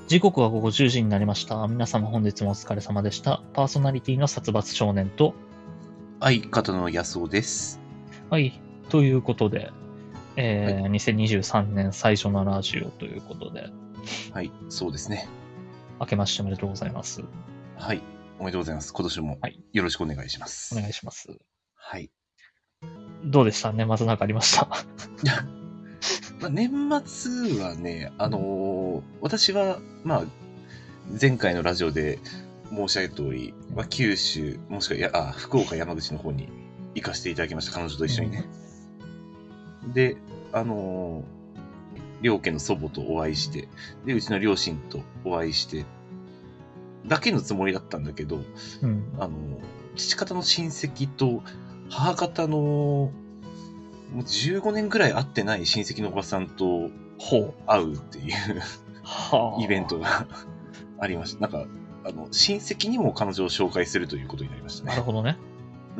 時刻は午後10時になりました。皆様本日もお疲れ様でした。パーソナリティの殺伐少年と、 相方の安尾です。 はい、ということで、 はい。 2023年最初のラジオということで、 はい、そうですね。 明けましておめでとうございます。 はい、おめでとうございます。今年もはい、 よろしくお願いしまおす。 願いします。 はい。 どうでした年末なんかありました？ まあ、年末はね、私は、まあ、前回のラジオで申し上げた通り、まあ、九州、もしくは福岡、山口の方に行かせていただきました。彼女と一緒にね。で、両家の祖母とお会いして、で、うちの両親とお会いして、だけのつもりだったんだけど、 うん、 父方の親戚と母方のもう15年ぐらい会ってない親戚のおばさんと会うっていうイベントがありました。なんか、親戚にも彼女を紹介するということになりましたね。 なるほどね。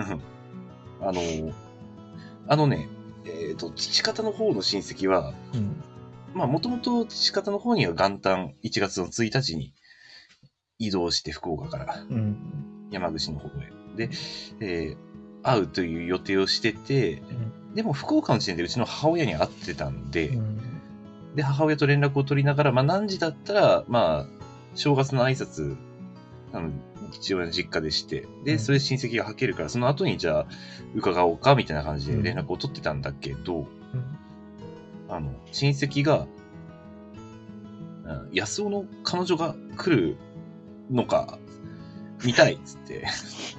父方の方の親戚は、まあ、もともと父方の方には元旦1月の1日に移動して福岡から山口の方へ。で、会うという予定をしてて、でも福岡の時点でうちの母親に会ってたんで、で、母親と連絡を取りながら、まあ何時だったら、まあ、正月の挨拶、父親の実家でして、で、それで親戚がはけるから、その後にじゃあ、伺おうか、みたいな感じで連絡を取ってたんだけど、親戚が、安尾の彼女が来るのか、見たいっつって。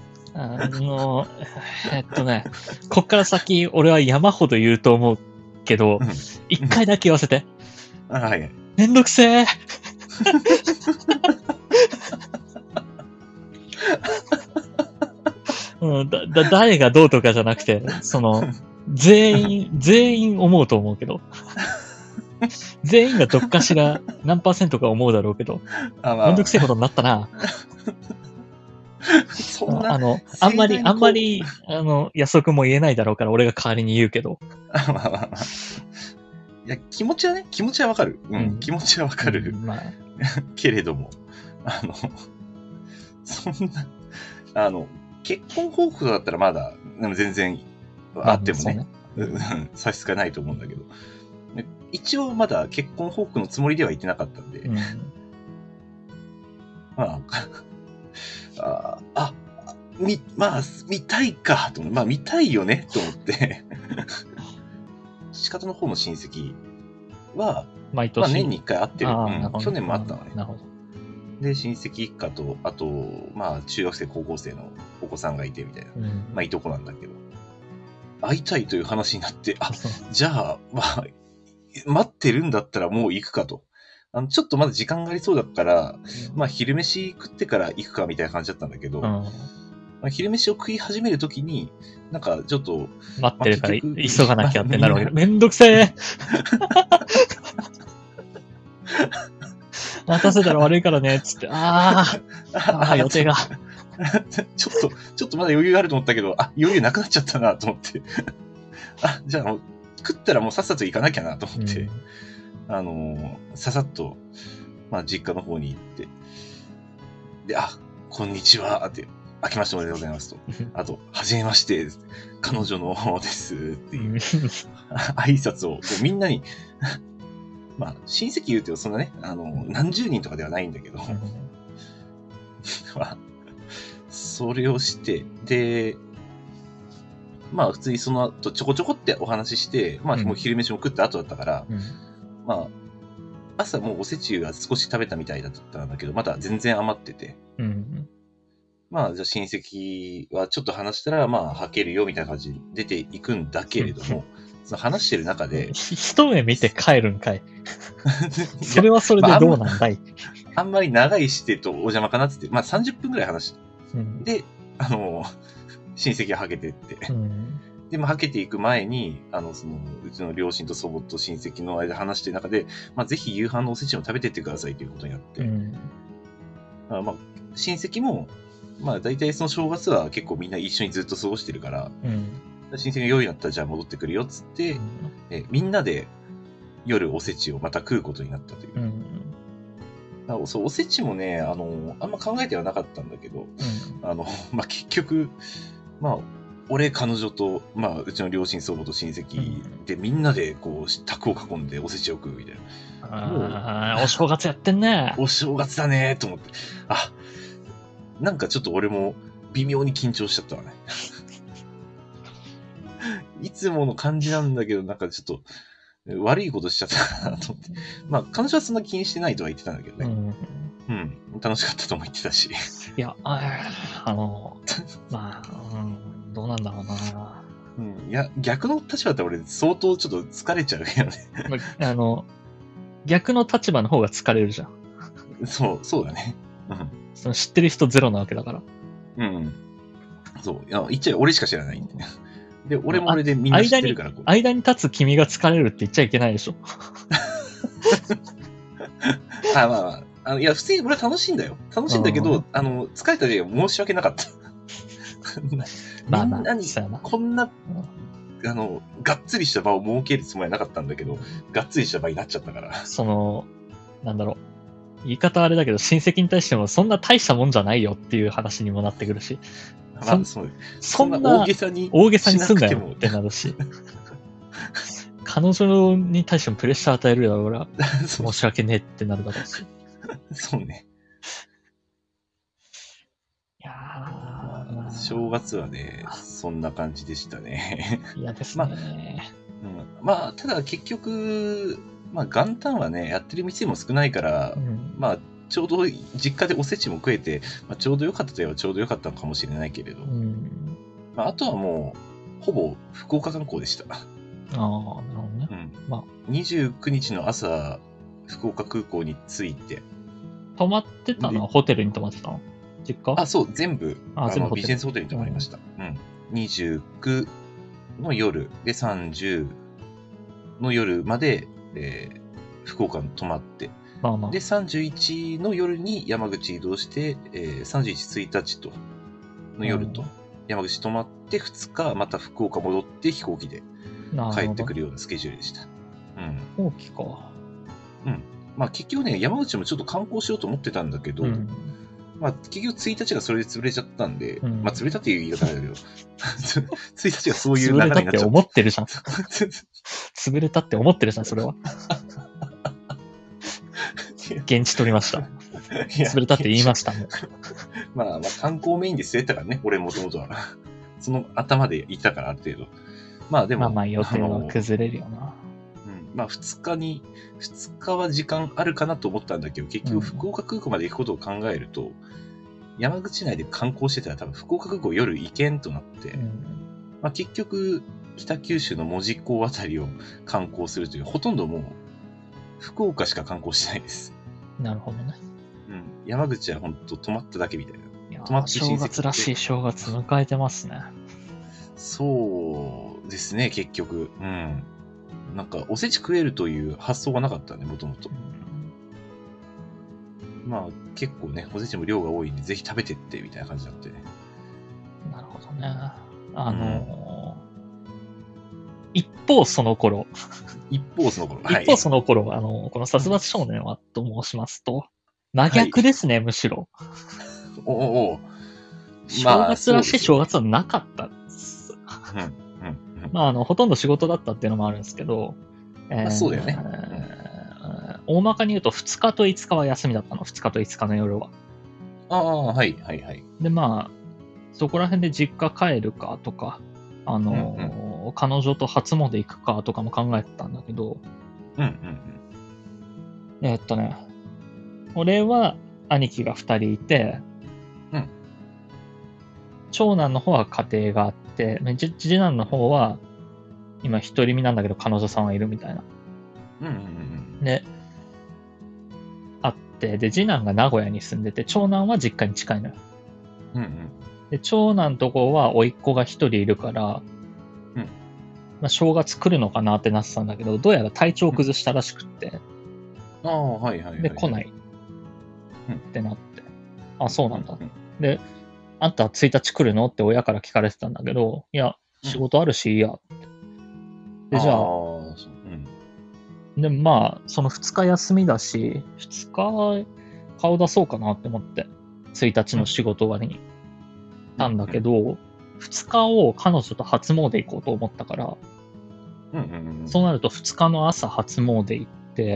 こっから先、俺は山ほど言うと思うけど、一回だけ言わせて。 はい。 めんどくせえ。誰がどうとかじゃなくて、全員思うと思うけど。全員がどっかしら何%か思うだろうけど、めんどくせえことになったな。あんまり、安くも言えないだろうから、俺が代わりに言うけど。 いや、気持ちはわかる。気持ちはわかる。けれども、そんな、結婚報告だったらまだ、全然、あってもね、差し支えないと思うんだけど、一応まだ結婚報告のつもりでは言ってなかったんで、見たいかと思って、まあ見たいよねと思って父方の方の親戚は、 毎年、 まあ、年に1回会ってる。去年も会ったのね。 なるほど。 で、親戚一家と、あと、まあ、中学生、高校生のお子さんがいてみたいな。まあ、いとこなんだけど。会いたいという話になって、じゃあ、まあ、待ってるんだったらもう行くかと。ちょっとまだ時間がありそうだから、まあ、昼飯食ってから行くかみたいな感じだったんだけど、まあ、昼飯を食い始めるときに、なんかちょっと、 待ってるから急がなきゃってなるわけ。めんどくせえ待たせたら悪いからね、つって、予定が。 ちょっとまだ余裕あると思ったけど、余裕なくなっちゃったなと思って。じゃあもう、食ったらもうさっさと行かなきゃなと思って、ささっと、まあ実家の方に行って、で、こんにちはって、明けましておめでとうございますと。あと、はじめまして、彼女のですっていう挨拶をみんなに、まあ、親戚言うてそんなね、何十人とかではないんだけど、まあ、それをして、で、まあ、普通にその後ちょこちょこってお話しして、まあ、もう昼飯も食った後だったから、まあ、朝もうおせちが少し食べたみたいだったんだけど、まだ全然余ってて、まあ、じゃあ親戚はちょっと話したら、まあ、はけるよみたいな感じで出ていくんだけれども、その話してる中で。 一目見て帰るんかい。それはそれでどうなんだい、 あんまり長いしてとお邪魔かなって言って、まあ30分くらい話して、で、親戚がはけてって。でも、はけていく前に、うちの両親と祖母と親戚の間で話してる中で、まあ、ぜひ夕飯のおせちも食べてってくださいということになって。まあ、親戚も、まあ、大体その正月は結構みんな一緒にずっと過ごしてるから、親戚が用意になったらじゃあ戻ってくるよっつって、みんなで夜おせちをまた食うことになったという。 そう、おせちもね、あんま考えてはなかったんだけど、結局、俺、彼女と、うちの両親、祖母と親戚で、みんなで、こう、卓を囲んでおせちを食うみたいな。お正月やってんね。 お正月だねと思って。なんかちょっと俺も微妙に緊張しちゃったわね。いつもの感じなんだけど、なんかちょっと、悪いことしちゃったかなと思って。彼女はそんな気にしてないとは言ってたんだけどね。楽しかったとも言ってたし。 いや、どうなんだろうな。 いや、逆の立場だったら俺相当ちょっと疲れちゃうよね。 逆の立場の方が疲れるじゃん。 そうだね。 その知ってる人ゼロなわけだから。 そう。言っちゃ俺しか知らないんで。で、俺も俺でみんな知ってるから。 間に立つ君が疲れるって言っちゃいけないでしょ。 いや、普通に俺は楽しいんだよ。楽しいんだけど、疲れた時は申し訳なかった。みんなに、こんな、がっつりした場を設けるつもりはなかったんだけど、がっつりした場になっちゃったから。 なんだろう。言い方あれだけど、親戚に対してもそんな大したもんじゃないよっていう話にもなってくるし。そんな大げさにすんなよってなるし。彼女に対してもプレッシャー与えるよ、俺は。申し訳ねえってなるだろうし。 そうね。 いやー。 正月はね、そんな感じでしたね。 嫌ですね。 ただ結局、元旦はね、やってる店も少ないから、ちょうど実家でおせちも食えて、ちょうど良かったといえばちょうど良かったのかもしれないけれど、あとはもう、ほぼ福岡観光でした。 なるほどね。 29日の朝、福岡空港に着いて。 泊まってたのはホテルに泊まってたの？実家？ そう、全部ビジネスホテルに泊まりました。29の夜で30の夜まで、福岡に泊まって、で、31の夜に山口移動して、31、1日の夜と山口泊まって2日、また福岡戻って飛行機で帰ってくるようなスケジュールでした。 飛行機か。 結局ね、山口もちょっと観光しようと思ってたんだけど、結局1日がそれで潰れちゃったんで、潰れたっていう言い方だけど、1日がそういう流れになっちゃった。 潰れたって思ってるじゃん。潰れたって思ってるじゃん、それは。現地取りました。潰れたって言いました。 観光メインで据えたからね、俺もともとは。その頭で言ったから、ある程度。でも。 予定は崩れるよな。 2日は時間あるかなと思ったんだけど、結局福岡空港まで行くことを考えると、山口内で観光してたら多分福岡空港夜行けんとなって、結局北九州の門司港あたりを観光するという、ほとんどもう福岡しか観光してないです。 なるほどね。 山口は本当泊まっただけみたいな。泊まって正月らしい正月迎えてますね。 そうですね、結局。なんか、おせち食えるという発想がなかったね、もともと。結構ね、おせちも量が多いんで、ぜひ食べてって、みたいな感じだって。 なるほどね。一方その頃、この殺伐少年はと申しますと、真逆ですね、むしろ。正月らしい正月はなかったです。ほとんど仕事だったっていうのもあるんですけど、 そうだよね。 大まかに言うと2日と5日は休みだったの、2日と5日の夜は。 はい。 で、そこら辺で実家帰るかとか、彼女と初詣行くかとかも考えてたんだけど、俺は兄貴が2人いて、長男の方は家庭があって、次男の方は今独り身なんだけど彼女さんはいるみたいな。で、あって、で、次男が名古屋に住んでて、長男は実家に近いのよ。で、長男とこは甥っ子が一人いるから、正月来るのかなってなってたんだけど、どうやら体調崩したらしくって。で、来ない。ってなって。そうなんだ。で、あんた1日来るのって親から聞かれてたんだけど、いや、仕事あるしいいやって。で、じゃあ、で、その2日休みだし、2日顔出そうかなって思って、1日の仕事終わりに。なんだけど、2日を彼女と初詣行こうと思ったから、そうなると2日の朝初詣行って、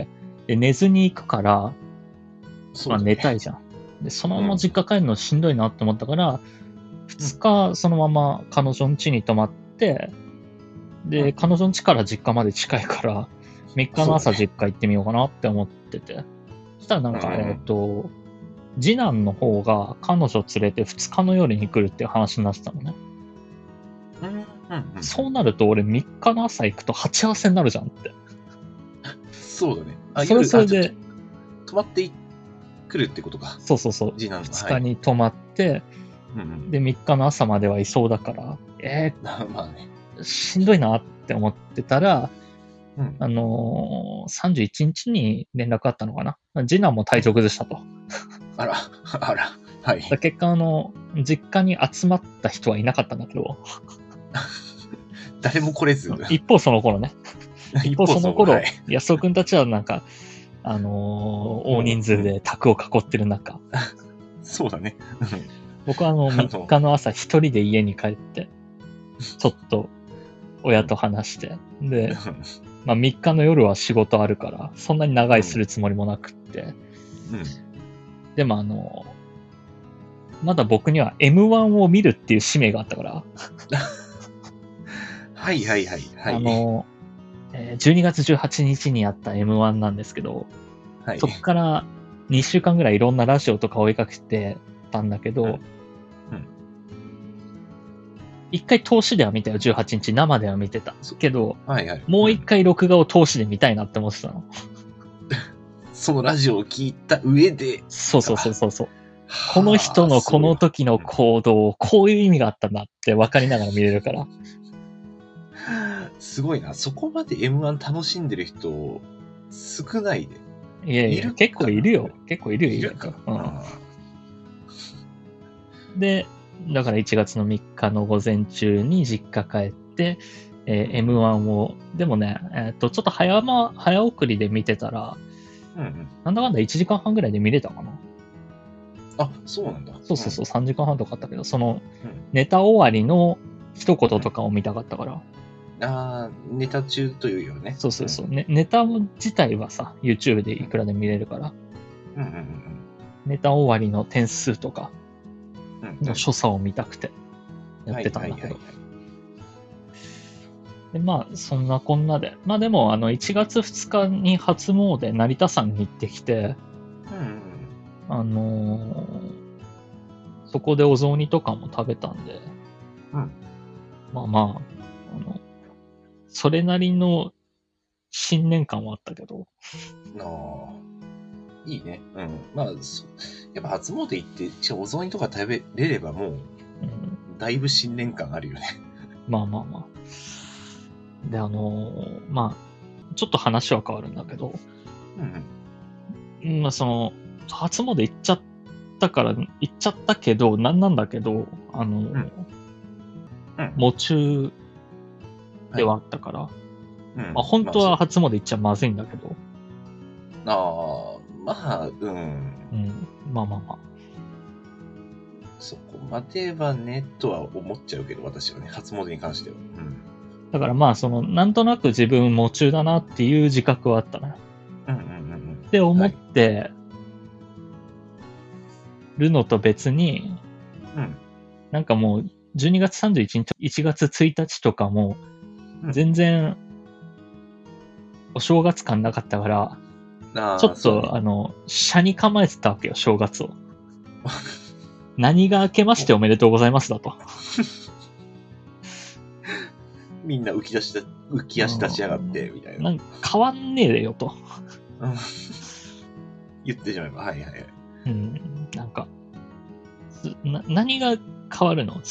で寝ずに行くから、まあ寝たいじゃん。で、そのまま実家帰るのしんどいなって思ったから、2日そのまま彼女ん家に泊まって、で、彼女ん家から実家まで近いから、3日の朝実家行ってみようかなって思ってて。そしたらなんか、次男の方が彼女連れて2日の夜に来るっていう話になってたのね。そうなると俺3日の朝行くと鉢合わせになるじゃんって。 そうだね。 それで泊まって来るってことか。 そう。2日に泊まって、で、3日の朝まではいそうだから、 まあね、 しんどいなって思ってたら、31日に連絡あったのかな。次男も体調崩したと。 あら、はい。 結果、実家に集まった人はいなかったんだけど。 誰も来れず。 一方その頃、安尾くんたちはなんか、大人数で卓を囲ってる中。 そうだね。 僕は3日の朝一人で家に帰って、ちょっと親と話して、で、まあ3日の夜は仕事あるから、そんなに長居するつもりもなくって、でもまだ僕には M1 を見るっていう使命があったから、 はい。 12月18日にやった M1 なんですけど、そっから2週間ぐらいいろんなラジオとか追いかけてたんだけど、一回通しでは見たよ、18日生では見てた。けど、もう一回録画を通しで見たいなって思ってたの。 そのラジオを聞いた上で。 そう。この人のこの時の行動、こういう意味があったんだって分かりながら見れるから。 すごいな。そこまで M1 楽しんでる人、少ないで。 いや、結構いるよ。 いるか。 で、だから1月の3日の午前中に実家帰って、M1 を、でもね、ちょっと早送りで見てたら、なんだかんだ1時間半ぐらいで見れたかな。 あ、そうなんだ。 そう、3時間半とかあったけど、その、ネタ終わりの一言とかを見たかったから。 ネタ中というよね。 そう、ネタ自体はさ、YouTube でいくらでも見れるから。ネタ終わりの点数とかの所作を見たくてやってたんだけど。で、まあ、そんなこんなで。まあでも、1月2日に初詣、成田山に行ってきて、そこでお雑煮とかも食べたんで、まあ、それなりの新年感はあったけど。 いいね。まあ、やっぱ初詣行って、お雑煮とか食べれればもう、だいぶ新年感あるよね。 まあ。で、まあ、ちょっと話は変わるんだけど、まあ、初詣行っちゃったけど、なんだけど、喪中ではあったから、まあ、本当は初詣行っちゃまずいんだけど。 まあ。そこまではね、とは思っちゃうけど、私はね、初詣に関しては。 だからまあ、なんとなく自分喪中だなっていう自覚はあったな。って思ってるのと別に、なんかもう、12月31日、1月1日とかも、全然、お正月感なかったから、ちょっと、車に構えてたわけよ、正月を。何が明けましておめでとうございますだと。 みんな浮き足立ち上がって、みたいな。 なんか変わんねえよと。 言ってしまえば、 なんか、何が変わるの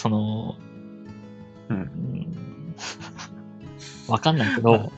わかんないけど。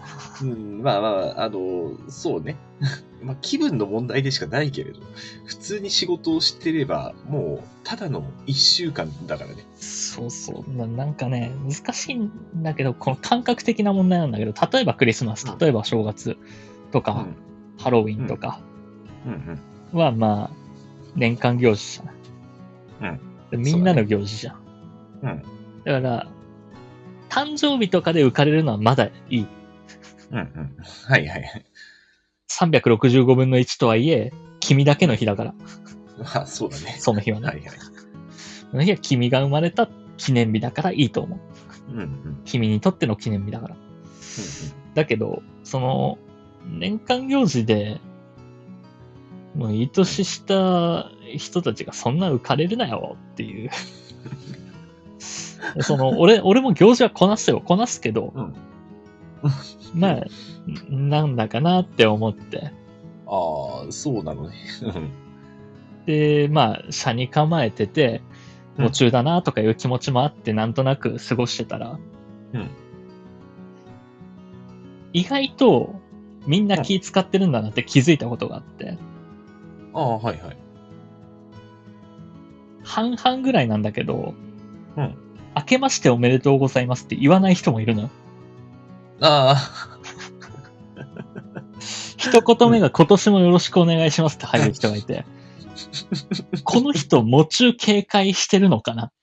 そうね。気分の問題でしかないけれど、普通に仕事をしてれば、もう、ただの1週間だからね。 そう。なんかね、難しいんだけど、この感覚的な問題なんだけど、例えばクリスマス、例えば正月とか、ハロウィンとかは、まあ、 年間行事じゃん。うん。みんなの行事じゃん。 うん。 だから、誕生日とかで浮かれるのはまだいい。 うんうん。はいはいはい。 365分の1とはいえ、君だけの日だから。 まあ、そうだね。 その日はね。 はいはい。 その日は君が生まれた記念日だからいいと思う。 うんうん。 君にとっての記念日だから。だけど、その、年間行事で、もういい年した人たちがそんな浮かれるなよっていう。その、俺も行事はこなすけど、 うん。 まあ、なんだかなって思って。 ああ、そうなのね。 で、まあ、車に構えてて、夢中だなとかいう気持ちもあって、なんとなく過ごしてたら、 うん。 意外とみんな気使ってるんだなって気づいたことがあって。 ああ、はいはい。 半々ぐらいなんだけど、 うん。 明けましておめでとうございますって言わない人もいるのよ。 ああ。 一言目が今年もよろしくお願いしますって入る人がいて、この人、夢中警戒してるのかなって。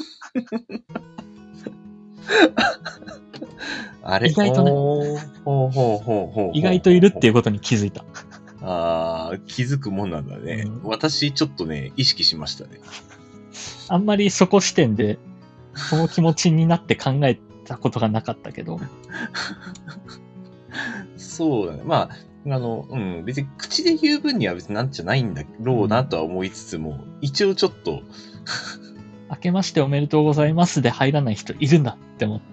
あれ意外とね。意外といるっていうことに気づいた。 ああ、気づくもんなんだね。私、ちょっとね、意識しましたね。 あんまりそこ視点で、その気持ちになって考えたことがなかったけど。 そうだね。まあ、別に口で言う分には別になんじゃないんだろうなとは思いつつも、一応ちょっと明けましておめでとうございますで入らない人いるんだって思って。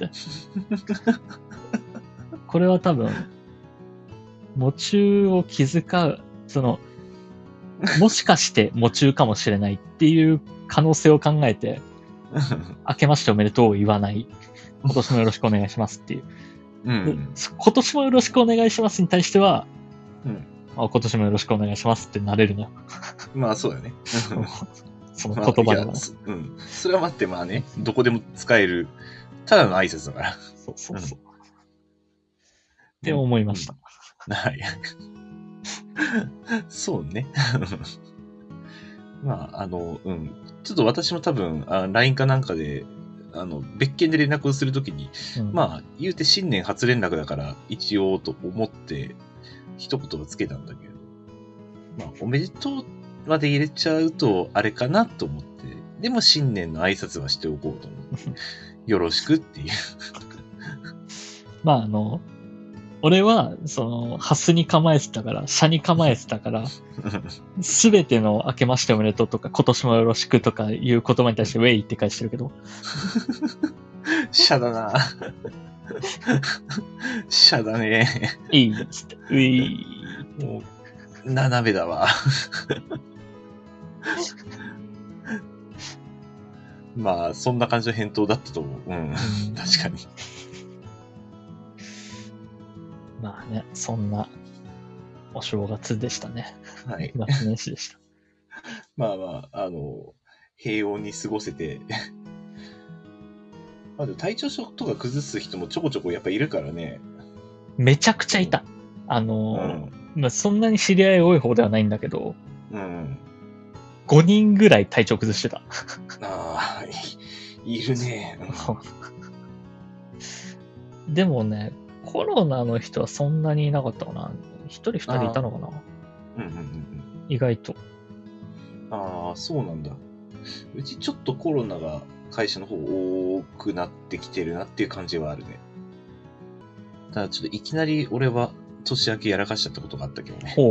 これは多分、夢中を気遣う、もしかして夢中かもしれないっていう可能性を考えて、明けましておめでとうを言わない。今年もよろしくお願いしますっていう。今年もよろしくお願いしますに対しては、今年もよろしくお願いしますってなれるのよ。 まあそうだね。 その言葉だから。 それは待って、まあね、どこでも使える、ただの挨拶だから。 そう。って思いました。 はい。そうね。まあ、ちょっと私も多分、LINE かなんかで、別件で連絡をするときに、まあ、言うて新年初連絡だから、一応と思って、一言をつけたんだけど、まあ、おめでとうまで入れちゃうと、あれかなと思って、でも新年の挨拶はしておこうと思って、よろしくっていう。 まあ、俺は、ハスに構えてたから、車に構えてたから、すべての明けましておめでとうとか、今年もよろしくとかいう言葉に対してウェイって返してるけど。 車だな。車だね。 いいっつって、ウェイ。 もう、斜めだわ。まあ、そんな感じの返答だったと思う。確かに。 まあね、そんなお正月でしたね。 はい。 年年始でした。 まあ、平穏に過ごせて。まあ、でも体調とか崩す人もちょこちょこやっぱいるからね。 めちゃくちゃいた。まあ、そんなに知り合い多い方ではないんだけど、5人ぐらい体調崩してた。 ああ、いるね。 でもね、コロナの人はそんなにいなかったかな。一人二人いたのかな。意外と。 ああ、そうなんだ。うちちょっとコロナが会社の方多くなってきてるなっていう感じはあるね。ただちょっといきなり俺は年明けやらかしちゃったことがあったけどね。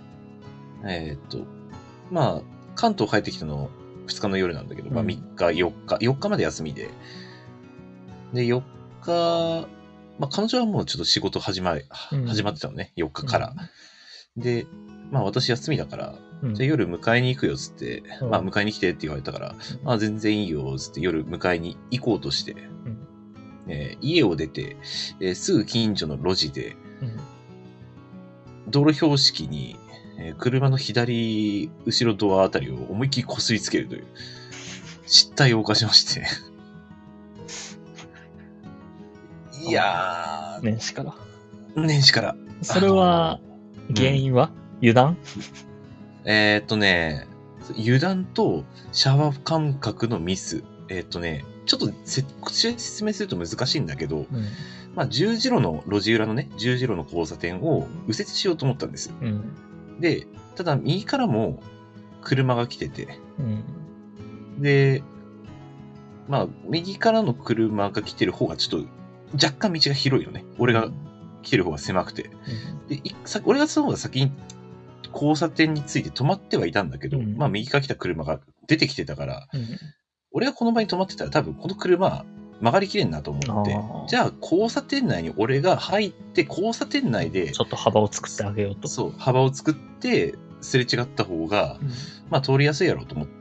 まあ、関東帰ってきたの2日の夜なんだけど、まあ3日、4日まで休みで。で、4日、まあ彼女はもうちょっと仕事始まってたのね、4日から。で、まあ私休みだから、じゃあ夜迎えに行くよっつって、まあ迎えに来てって言われたから、あ全然いいよっつって夜迎えに行こうとして、家を出て、すぐ近所の路地で、道路標識に、車の左後ろドアあたりを思いっきり擦りつけるという失態を犯しましていやー。 年始から。 それは、原因は油断？ 油断とシャワー感覚のミス。ちょっと説明すると難しいんだけど、まあ、十字路の路地裏のね、十字路の交差点を右折しようと思ったんです。で、ただ右からも車が来てて、で、まあ、右からの車が来てる方がちょっと若干道が広いよね。俺が来てる方が狭くて。で、俺がその方が先に交差点について止まってはいたんだけど、まあ右から来た車が出てきてたから、俺がこの場に止まってたら多分この車曲がりきれんなと思って、じゃあ交差点内に俺が入って交差点内でちょっと幅を作ってあげようと。 そう、幅を作ってすれ違った方が、まあ通りやすいやろうと思って、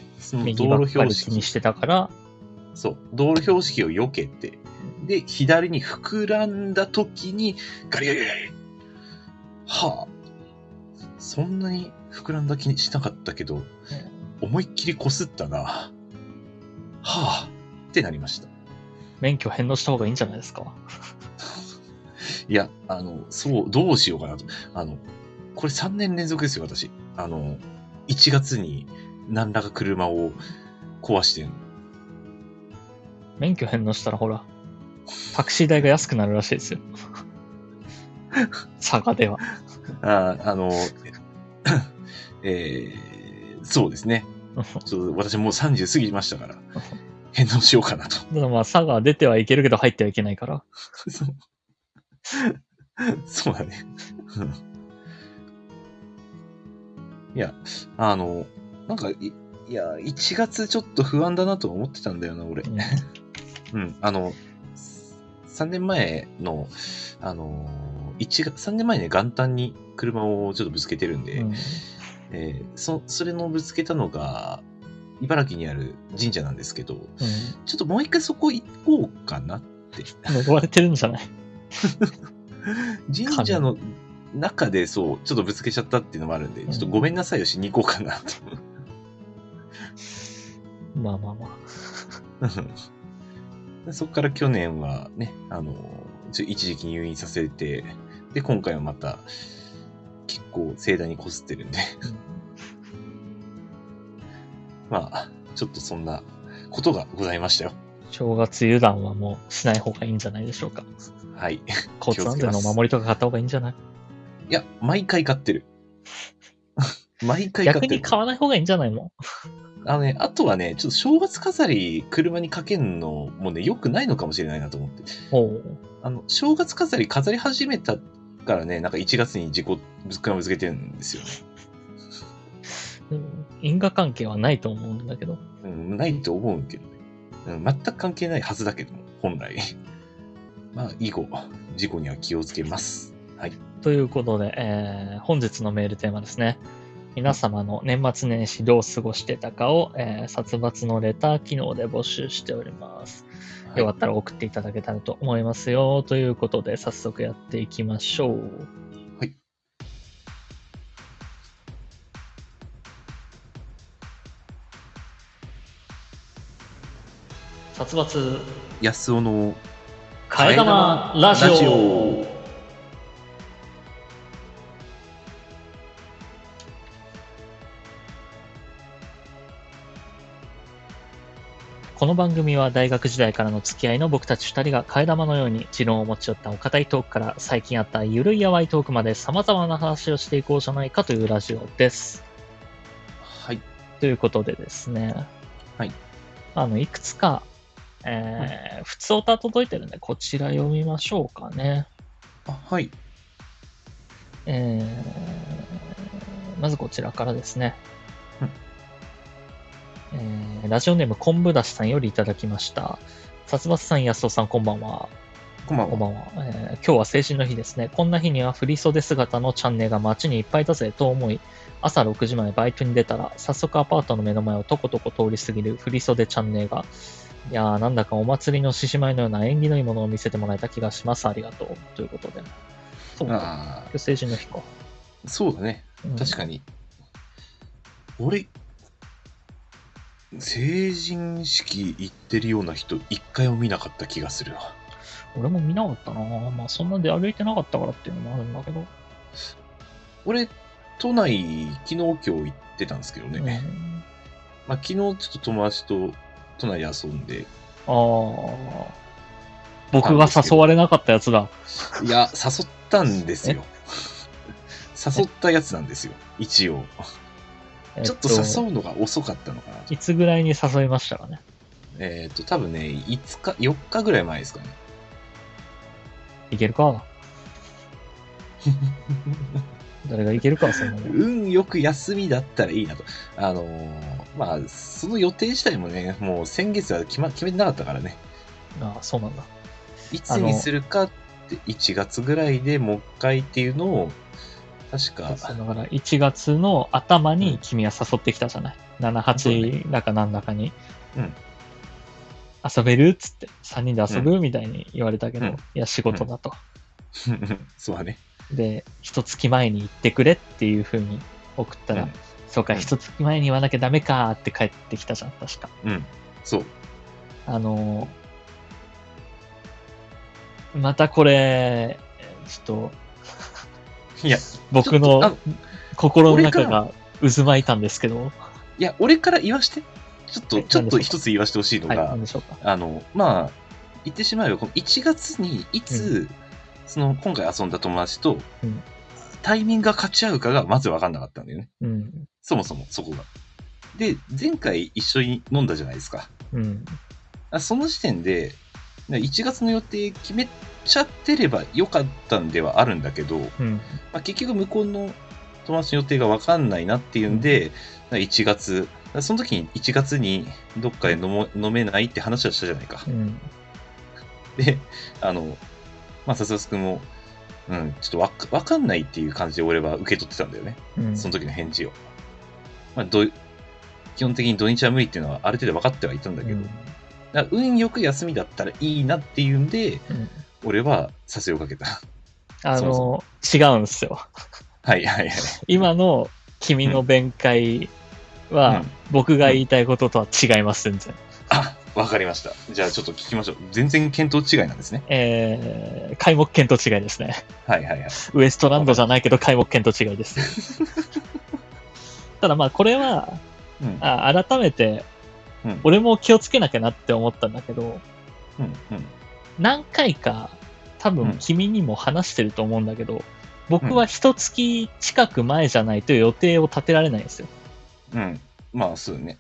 その道路標識にしてたから、 そう、道路標識を避けて、で、左に膨らんだ時にガリガリガリガリ。はあ、そんなに膨らんだ気にしなかったけど、思いっきり擦ったな。はあってなりました。 免許返納した方がいいんじゃないですか。 いや、そう、どうしようかなと。これ3年連続ですよ、私。1月に何らか車を壊してる。 免許返納したらほら、タクシー代が安くなるらしいですよ。佐賀では。 そうですね。ちょっと私もう30過ぎましたから、返納しようかなと。 だからまあ、佐賀出てはいけるけど入ってはいけないから。 そうだね。いや、なんか、いや、1月ちょっと不安だなと思ってたんだよな、俺。3年前の、3年前ね、元旦に車をちょっとぶつけてるんで、それのぶつけたのが、茨城にある神社なんですけど、ちょっともう一回そこ行こうかなって。 呪われてるんじゃない？ 神社の中でそう、ちょっとぶつけちゃったっていうのもあるんで、ちょっとごめんなさいをしに行こうかなと。 まあまあまあ。そこから去年はね、一時期入院させて、で、今回はまた、結構盛大にこすってるんで。まあ、ちょっとそんなことがございましたよ。 正月油断はもうしない方がいいんじゃないでしょうか。 はい。 交通安全のお守りとか買った方がいいんじゃない？ いや、毎回買ってる。毎回買ってる。 逆に買わない方がいいんじゃないもん。 あとはね、ちょっと正月飾り車にかけんのもね、良くないのかもしれないなと思って。正月飾り飾り始めたからね、なんか1月に車ぶつけてるんですよね。 因果関係はないと思うんだけど。 ないと思うけどね。全く関係ないはずだけども、本来。まあ、以後、事故には気をつけます。はい。 ということで、本日のメールテーマですね。皆様の年末年始どう過ごしてたかを、殺伐のレター機能で募集しております。はい、よかったら送っていただけたらと思いますよ。ということで、早速やっていきましょう。 はい。 殺伐安尾の替え玉ラジオ。この番組は大学時代からの付き合いの僕たち2人が替え玉のように持論を持ち寄ったお堅いトークから最近あったゆるいやわいトークまで様々な話をしていこうじゃないかというラジオです。 はい。 ということでですね。 はい。 いくつか、普通おた届いてるんで、こちら読みましょうかね。 はい。 まずこちらからですね。ラジオネーム昆布だしさんよりいただきました。殺伐さん、安尾さん、こんばんは。 こんばんは。 こんばんは。今日は成人の日ですね。こんな日には振袖姿のチャンネルが街にいっぱいだぜと思い、朝6時前バイトに出たら、早速アパートの目の前をとことこ通り過ぎる振袖チャンネルが、いやー、なんだかお祭りの獅子舞のような縁起のいいものを見せてもらえた気がします。ありがとう。ということで。そうか。今日成人の日か。 そうだね。確かに。俺、成人式行ってるような人、一回も見なかった気がするわ。 俺も見なかったな。まあ、そんなで歩いてなかったからっていうのもあるんだけど。 俺、 都内、昨日今日行ってたんですけどね。まあ、昨日ちょっと友達と都内で遊んで。 ああ。僕が誘われなかったやつだ。 いや、誘ったんですよ。誘ったやつなんですよ、一応。ちょっと誘うのが遅かったのかな。 いつぐらいに誘いましたかね。 多分ね、5日、4日ぐらい前ですかね。 いけるか誰がいけるか、そんなの。 運よく休みだったらいいなと。まあ、その予定自体もね、もう先月は決めてなかったからね。 ああ、そうなんだ。 いつにするかって1月ぐらいでもう一回っていうのを、確か。 だから1月の頭に君は誘ってきたじゃない。7、8だかなんだかに。 うん。 遊べるっつって、3人で遊ぶみたいに言われたけど、いや、仕事だと。 そうだね。 で、1月前に言ってくれっていう風に送ったら、そうか、1月前に言わなきゃダメかって帰ってきたじゃん、確か。 そう。 またこれ、ちょっと、いや、 僕の心の中が渦巻いたんですけど。 いや、俺から言わして。ちょっと一つ言わしてほしいのが、まあ、言ってしまえば、この1月にいつ、今回遊んだ友達と、タイミングが勝ち合うかがまず分かんなかったんだよね。そもそも、そこが。で、前回一緒に飲んだじゃないですか。その時点で、1月の予定決めちゃってればよかったんではあるんだけど、結局向こうの友達の予定が分かんないなっていうんで、1月、その時に1月にどっかで飲めないって話はしたじゃないか。で、笹田くんも、ちょっと分かんないっていう感じで俺は受け取ってたんだよね。その時の返事を。基本的に土日は無理っていうのはある程度分かってはいたんだけど、運よく休みだったらいいなっていうんで、俺は誘いをかけた。 違うんですよ。 はい。 今の君の弁解は、僕が言いたいこととは違います、全然。 わかりました。じゃあちょっと聞きましょう。全然見当違いなんですね。 皆目見当違いですね。 はい。 ウエストランドじゃないけど皆目見当違いです。ただまあこれは、改めて、俺も気をつけなきゃなって思ったんだけど、何回か多分君にも話してると思うんだけど、僕は1月近く前じゃないと予定を立てられないんですよ。 まあそうね。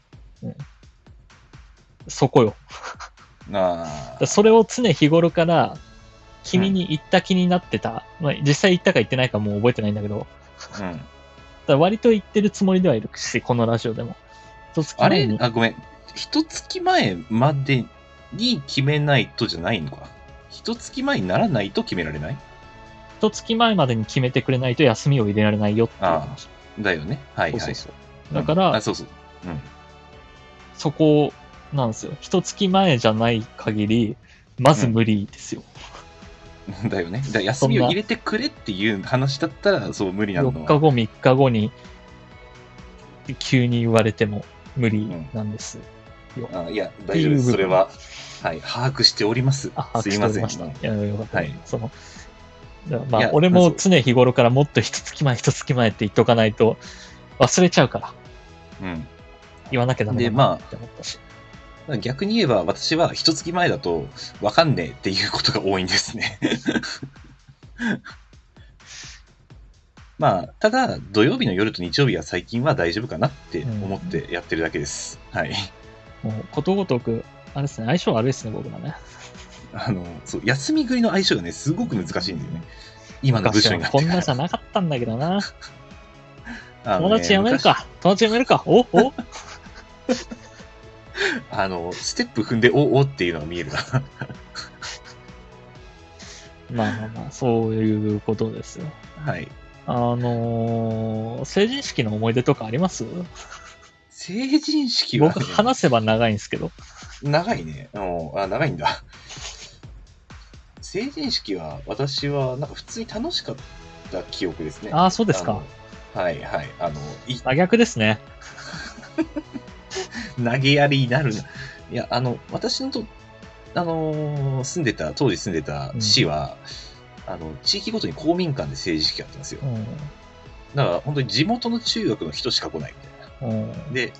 そこよ。それを常日頃から君に言った気になってた。実際言ったか言ってないかもう覚えてないんだけど。だ割と言ってるつもりではいるし、このラジオでも。 あれごめん。1月前までに決めないとじゃないのか。1月前にならないと決められない ？1月前までに決めてくれないと休みを入れられないよっていう話。 だよね。はい。 だから、そこなんですよ。1月前じゃない限り、まず無理ですよ。 だよね。休みを入れてくれっていう話だったら、そう無理なのは。 4日後、3日後に、急に言われても無理なんですよ。 いや、大丈夫です。それは、把握しております。すいません。 いや、よかった。俺も常日頃からもっと1月前って言っとかないと忘れちゃうから。言わなきゃダメだなって思ったし。 逆に言えば私は1月前だと分かんねえっていうことが多いんですね。ただ土曜日の夜と日曜日は最近は大丈夫かなって思ってやってるだけです。 もうことごとくあれですね、相性悪いですね、僕らね。 そう休み食いの相性がねすごく難しいんだよね。今の部署になってこんなじゃなかったんだけどな。友達辞めるかおステップ踏んでおっていうのが見えるな。 まあ、そういうことですよ。成人式の思い出とかあります？ 成人式は、 僕話せば長いんですけど。 長いね。長いんだ。成人式は私はなんか普通に楽しかった記憶ですね。 そうですか。 真逆ですね。 投げやりになるな。いや、私の当時住んでた市は、地域ごとに公民館で成人式やったんですよ。 だから本当に地元の中学の人しか来ないみたいな。で、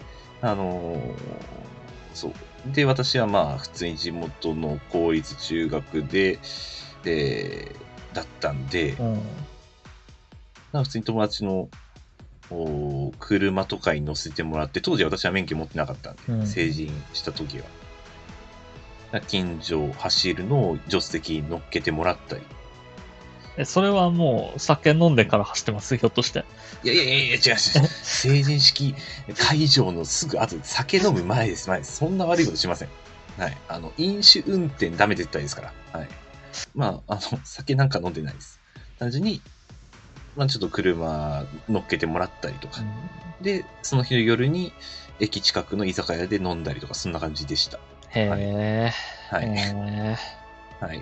そう。で、私はまあ、普通に地元の公立中学で、だったんで、普通に友達の車とかに乗せてもらって、当時私は免許持ってなかったんで、成人した時は。近所を走るのを助手席に乗っけてもらったり。 それはもう酒飲んでから走ってますひょっとして。 いや、違う。成人式会場のすぐ後で酒飲む前です。そんな悪いことしません。はい。飲酒運転ダメ絶対ですから。はい。まあ、酒なんか飲んでないです。単純に、まあちょっと車乗っけてもらったりとか。で、その日の夜に駅近くの居酒屋で飲んだりとか、そんな感じでした。 へー。はい。はい。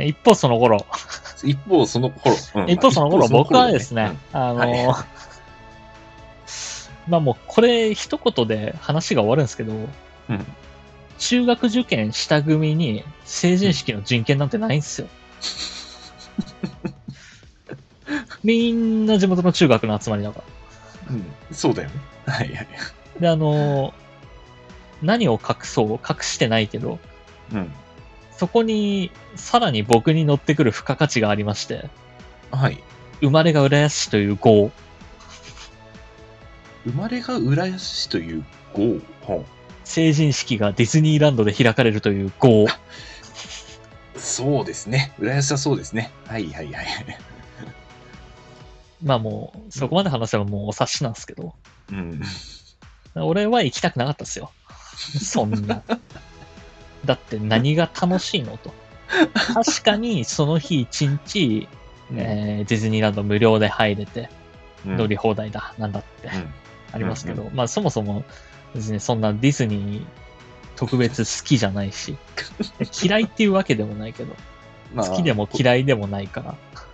一方その頃、僕はですね、まあもうこれ一言で話が終わるんですけど、中学受験した組に成人式の人権なんてないんですよ。みんな地元の中学の集まりだから。 そうだよね。はい。 で、何を隠してないけど、そこに、さらに僕に乗ってくる付加価値がありまして。 はい。 生まれが浦安市という号。 生まれが浦安市という号。 成人式がディズニーランドで開かれるという号。 そうですね。浦安はそうですね。はい。 まあもう、そこまで話せばもうお察しなんですけど。俺は行きたくなかったですよ。そんな。だって何が楽しいのと。確かにその日一日、ディズニーランド無料で入れて、乗り放題だ、なんだってありますけど、まあそもそも別にそんなディズニー特別好きじゃないし、嫌いっていうわけでもないけど、好きでも嫌いでもないから。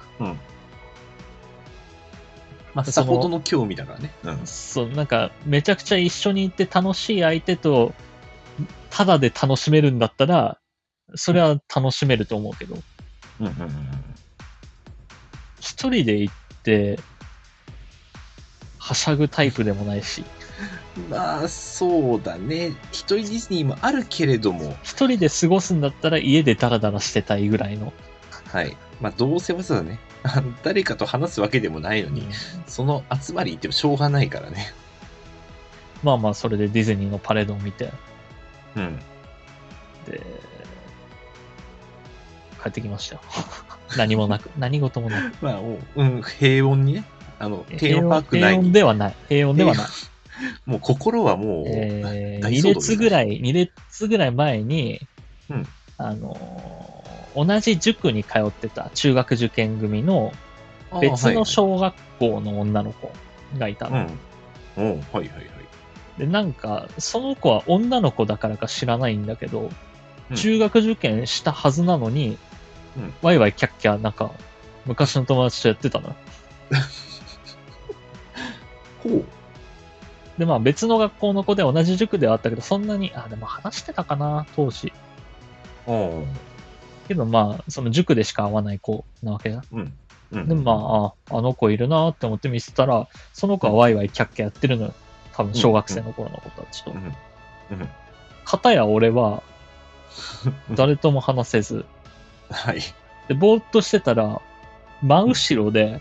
まあ、さほどの興味だからね。 そう、なんか、めちゃくちゃ一緒に行って楽しい相手と、ただで楽しめるんだったら、それは楽しめると思うけど。一人で行って、はしゃぐタイプでもないし。 まあ、そうだね。一人ディズニーもあるけれども。 一人で過ごすんだったら家でダラダラしてたいぐらいの。 はい。まあ、どうせわざわざね。誰かと話すわけでもないのに、その集まり行ってもしょうがないからね。 まあまあ、それでディズニーのパレードを見て。で、帰ってきましたよ。何もなく。何事もなく。 まあ、平穏にね。テーマパーク内に。 平穏ではない。 もう心はもう、 2列ぐらい前に、同じ塾に通ってた中学受験組の別の小学校の女の子がいたの。で、なんか、その子は女の子だからか知らないんだけど、中学受験したはずなのに、ワイワイキャッキャ、なんか、昔の友達とやってたの。で、まあ別の学校の子で同じ塾ではあったけど、そんなに、でも話してたかな、当時。けどまあ、その塾でしか会わない子なわけだ。でもまあ、あの子いるなって思って見せたら、その子はワイワイキャッキャやってるのよ。多分小学生の頃の子たちと。片や俺は、誰とも話せず。で、ぼーっとしてたら、真後ろで、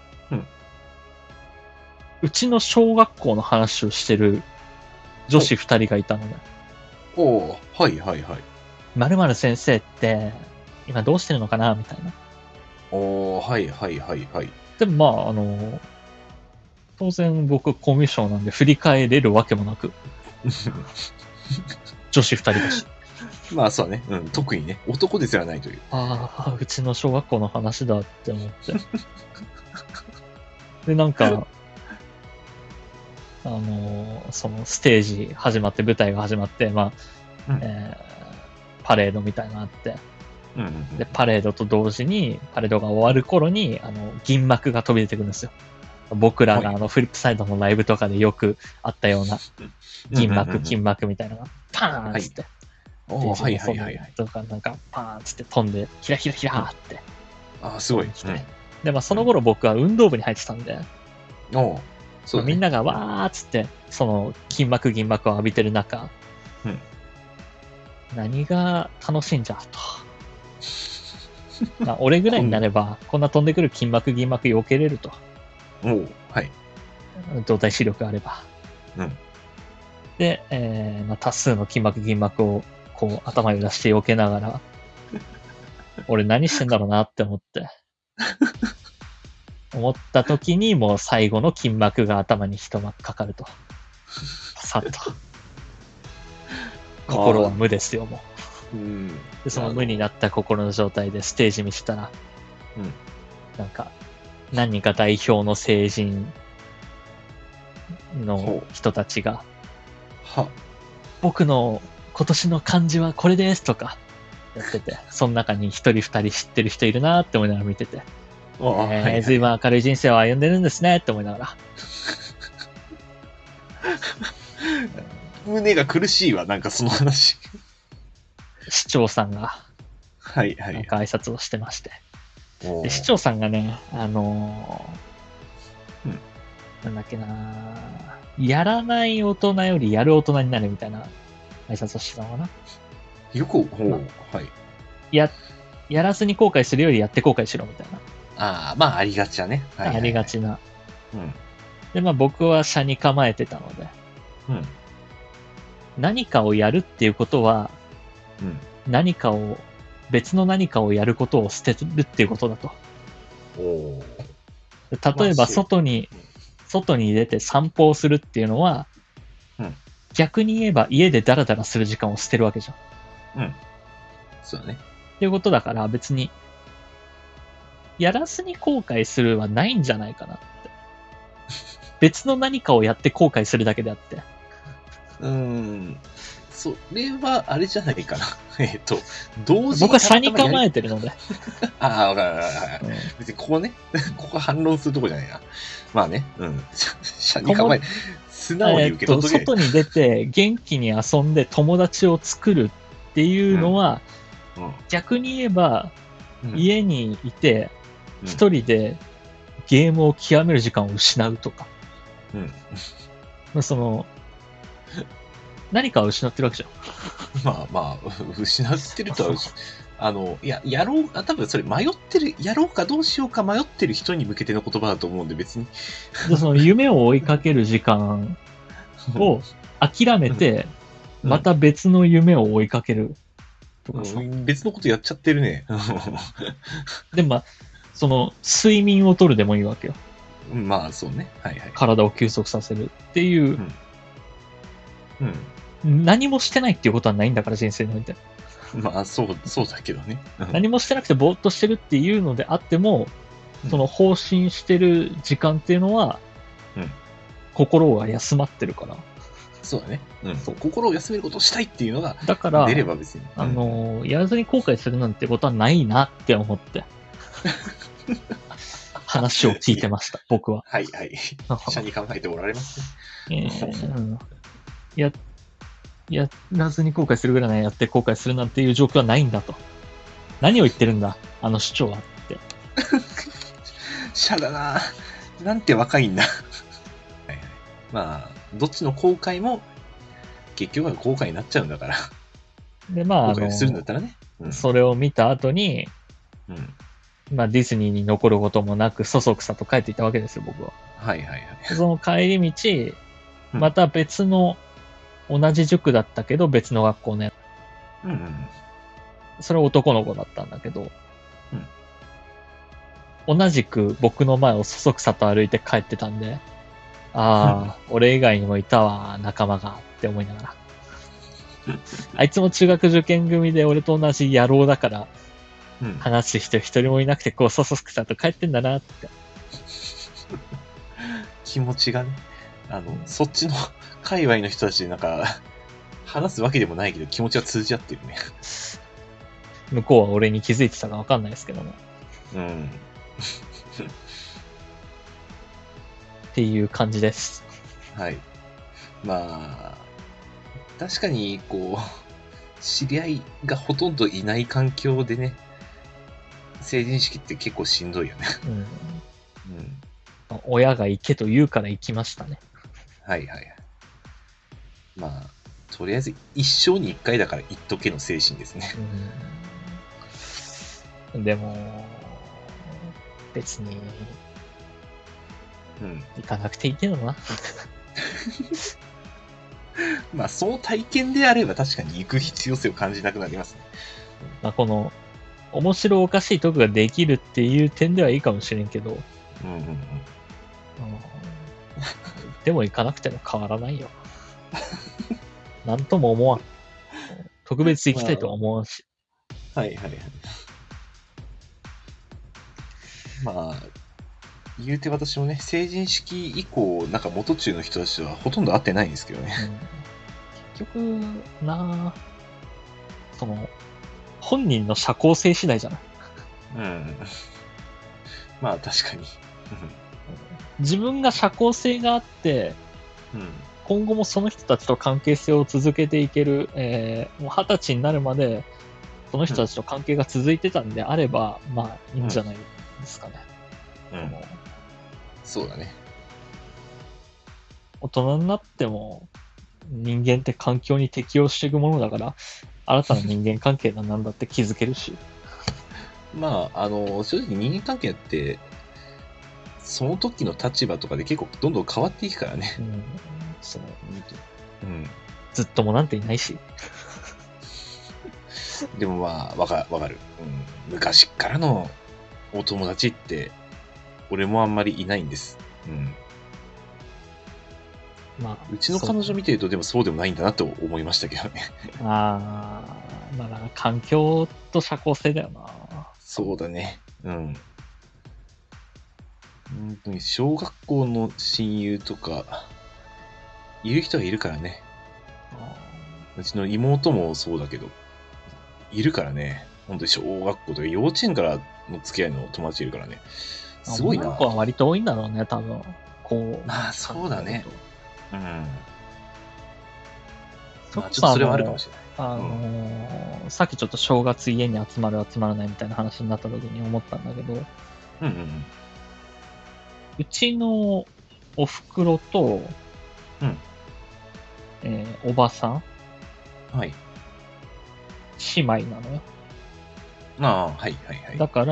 うちの小学校の話をしてる女子二人がいたのね。〇〇先生って、今どうしてるのかなみたいな。でもまあ、当然僕コミュ障なんで振り返れるわけもなく。女子二人だし。 まあそうね。特にね、男ですらないという。 うちの小学校の話だって思って。で、なんか、そのステージ始まって、舞台が始まって、まあ、パレードみたいなのあって、で、パレードと同時に、パレードが終わる頃に、銀幕が飛び出てくるんですよ。僕らがフリップサイドのライブとかでよくあったような、銀幕、金幕みたいなのが、パーンって、とか、なんか、パーンって飛んで、ヒラヒラヒラーって。 すごい。 で、まあ、その頃僕は運動部に入ってたんで、 おうそうだね。 みんながわーっつって、その金幕銀幕を浴びてる中、 うん何が楽しいんじゃと。まあ、俺ぐらいになれば、こんな飛んでくる金幕銀幕避けれると。 おうはい。 動体視力があれば。 うんで、まあ、多数の金幕銀幕をこう頭に出して避けながら、俺何してんだろうなって思った時にもう最後の金幕が頭に一幕かかると。さっと。心は無ですよ、もう。で、その無になった心の状態でステージ見せたら、なんか、何人か代表の成人の人たちが、僕の今年の漢字はこれですとかやってて、その中に一人二人知ってる人いるなって思いながら見てて、随分明るい人生を歩んでるんですねって思いながら。 胸が苦しいわ、なんかその話。 市長さんが、 はいはい。 なんか挨拶をしてまして。で市長さんがね、なんだっけな、やらない大人よりやる大人になるみたいな挨拶をしてたのかな。 よく、はい。 やらずに後悔するよりやって後悔しろみたいな。 ああ、まあありがちだね。 はいはいはい、ありがちな。 うん。 で、まあ僕は車に構えてたので、何かをやるっていうことは、別の何かをやることを捨てるっていうことだと。例えば外に出て散歩をするっていうのは、逆に言えば家でダラダラする時間を捨てるわけじゃん。 そうだね。 っていうことだから別に、やらずに後悔するはないんじゃないかなって。別の何かをやって後悔するだけであって。 それはあれじゃないかな。同時に。 僕は車に構えてるので。 ああ、わかるわかる。別にここね、ここ反論するとこじゃないな。まあね、車に構えて、素直に受け取っとけ。 外に出て元気に遊んで友達を作るっていうのは、逆に言えば、家にいて、一人でゲームを極める時間を失うとか。その、何かを失ってるわけじゃん。 まあ、失ってるとは、やろう、多分それやろうかどうしようか迷ってる人に向けての言葉だと思うんで別に。 でその夢を追いかける時間を諦めて、また別の夢を追いかけるとかさ。 別のことやっちゃってるね。 で、まあ、その、睡眠をとるでもいいわけよ。 まあ、そうね。はいはい。 体を休息させるっていう、何もしてないっていうことはないんだから、人生において。 まあ、そうだけどね。 何もしてなくてぼーっとしてるっていうのであっても、その放心してる時間っていうのは、心が休まってるから。 そうだね。心を休めることをしたいっていうのが、 だから、 出れば別に。 やらずに後悔するなんてことはないなって思って、話を聞いてました、僕は。 はいはい。車に構えておられますね。やらずに後悔するぐらいならやって後悔するなんていう状況はないんだと。何を言ってるんだ、あの市長はって。 シャだななんて若いんだ。まあ、どっちの後悔も、結局は後悔になっちゃうんだから。 で、まあ、 後悔するんだったらね。 それを見た後に、まあ、ディズニーに残ることもなく、そそくさと帰っていたわけですよ、僕は。 はいはいはい。 その帰り道、また別の、同じ塾だったけど、別の学校ね。それは男の子だったんだけど、同じく僕の前をそそくさと歩いて帰ってたんで、ああ、俺以外にもいたわ、仲間が、って思いながら。あいつも中学受験組で俺と同じ野郎だから、話す人一人もいなくて、こう、そそくさと帰ってんだなって。 気持ちがね、そっちの界隈の人たちでなんか、話すわけでもないけど気持ちは通じ合ってるね。 向こうは俺に気づいてたかわかんないですけども。っていう感じです。 はい。まあ、確かに、こう、知り合いがほとんどいない環境でね、成人式って結構しんどいよね。 親が行けと言うから行きましたね。 はいはいはい。まあ、とりあえず一生に一回だから言っとけの精神ですね。 でも、別に、行かなくていいけどな。 まあ、その体験であれば確かに行く必要性を感じなくなりますね。 まあ、この、面白おかしいトークができるっていう点ではいいかもしれんけど、でも行かなくても変わらないよ。なんとも思わん。特別行きたいとは思わんし。 はいはいはい。まあ、言うて私もね、成人式以降、なんか元中の人たちはほとんど会ってないんですけどね。 結局、その、本人の社交性次第じゃない。 まあ確かに。 自分が社交性があって、今後もその人たちと関係性を続けていける、もう20歳になるまで、その人たちと関係が続いてたんであれば、まあいいんじゃないですかね。 そうだね。 大人になっても、人間って環境に適応していくものだから、新たな人間関係なんだって気づけるし。 まあ、正直人間関係って、その時の立場とかで結構どんどん変わっていくからね。 ずっともなんていないし。 でもまあ、わかる。昔からのお友達って、俺もあんまりいないんです。うちの彼女見てると、でもそうでもないんだなと思いましたけどね。 まあ、環境と社交性だよな。 そうだね。本当に小学校の親友とか、いる人はいるからね。うちの妹もそうだけど、いるからね。本当に小学校とか幼稚園からの付き合いの友達いるからね。すごいな。 女の子は割と多いんだろうね、多分。 まあ、そうだね。 ちょっとそれはあるかもしれない。さっきちょっと正月家に集まる集まらないみたいな話になった時に思ったんだけど、うちのお袋と、おばさん、姉妹なのよ。だから、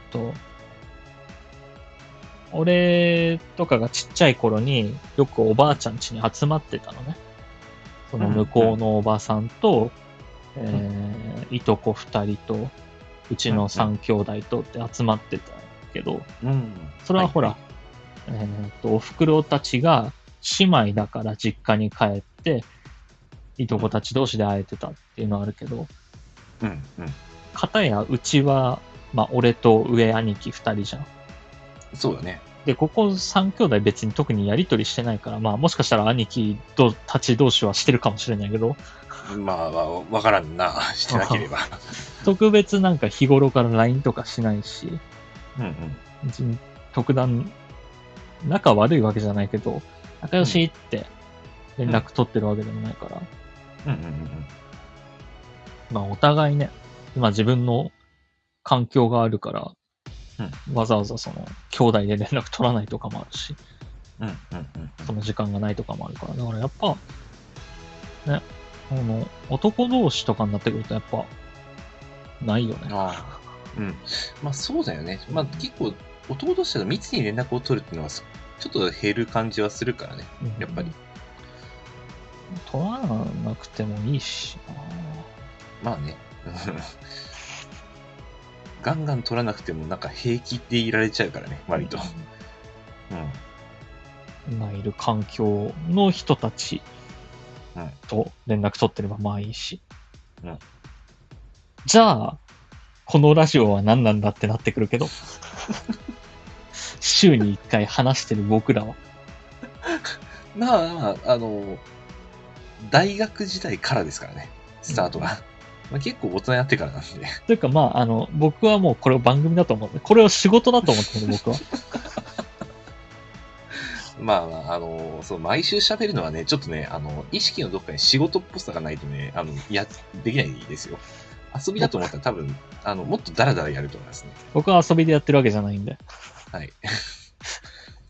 俺とかがちっちゃい頃によくおばあちゃん家に集まってたのね。その向こうのおばさんと、いとこ二人と、うちの三兄弟とって集まってたけど、それはほら、お袋たちが姉妹だから実家に帰って、いとこたち同士で会えてたっていうのはあるけど、片やうちは、まあ俺と上兄貴二人じゃん。 そうだね。 で、ここ三兄弟別に特にやりとりしてないから、まあもしかしたら兄貴たち同士はしてるかもしれないけど。 まあ、わからんな。してなければ。 特別なんか日頃から LINE とかしないし、特段、仲悪いわけじゃないけど、仲良しって連絡取ってるわけでもないから。まあお互いね、今自分の環境があるから、わざわざその兄弟で連絡取らないとかもあるし、その時間がないとかもあるから、だからやっぱ、ね、男同士とかになってくるとやっぱ、ないよね。 まあそうだよね。まあ結構、男同士だと密に連絡を取るっていうのは、ちょっと減る感じはするからね、やっぱり。 取らなくてもいいしな。まあね。ガンガン取らなくてもなんか平気でいられちゃうからね、割と。 今いる環境の人たちと連絡取ってればまあいいし。じゃあ、このラジオは何なんだってなってくるけど。週に1回話してる僕らは。 まあ、大学時代からですからね、スタートが。まあ、結構大人になってからなんで。 というかまあ、僕はもうこれを番組だと思うんで、これを仕事だと思ってる僕は。 まあ、そう、毎週喋るのはね、ちょっとね、意識のどっかに仕事っぽさがないとね、できないですよ。遊びだと思ったら多分、もっとダラダラやると思いますね。 僕は遊びでやってるわけじゃないんで。 はい。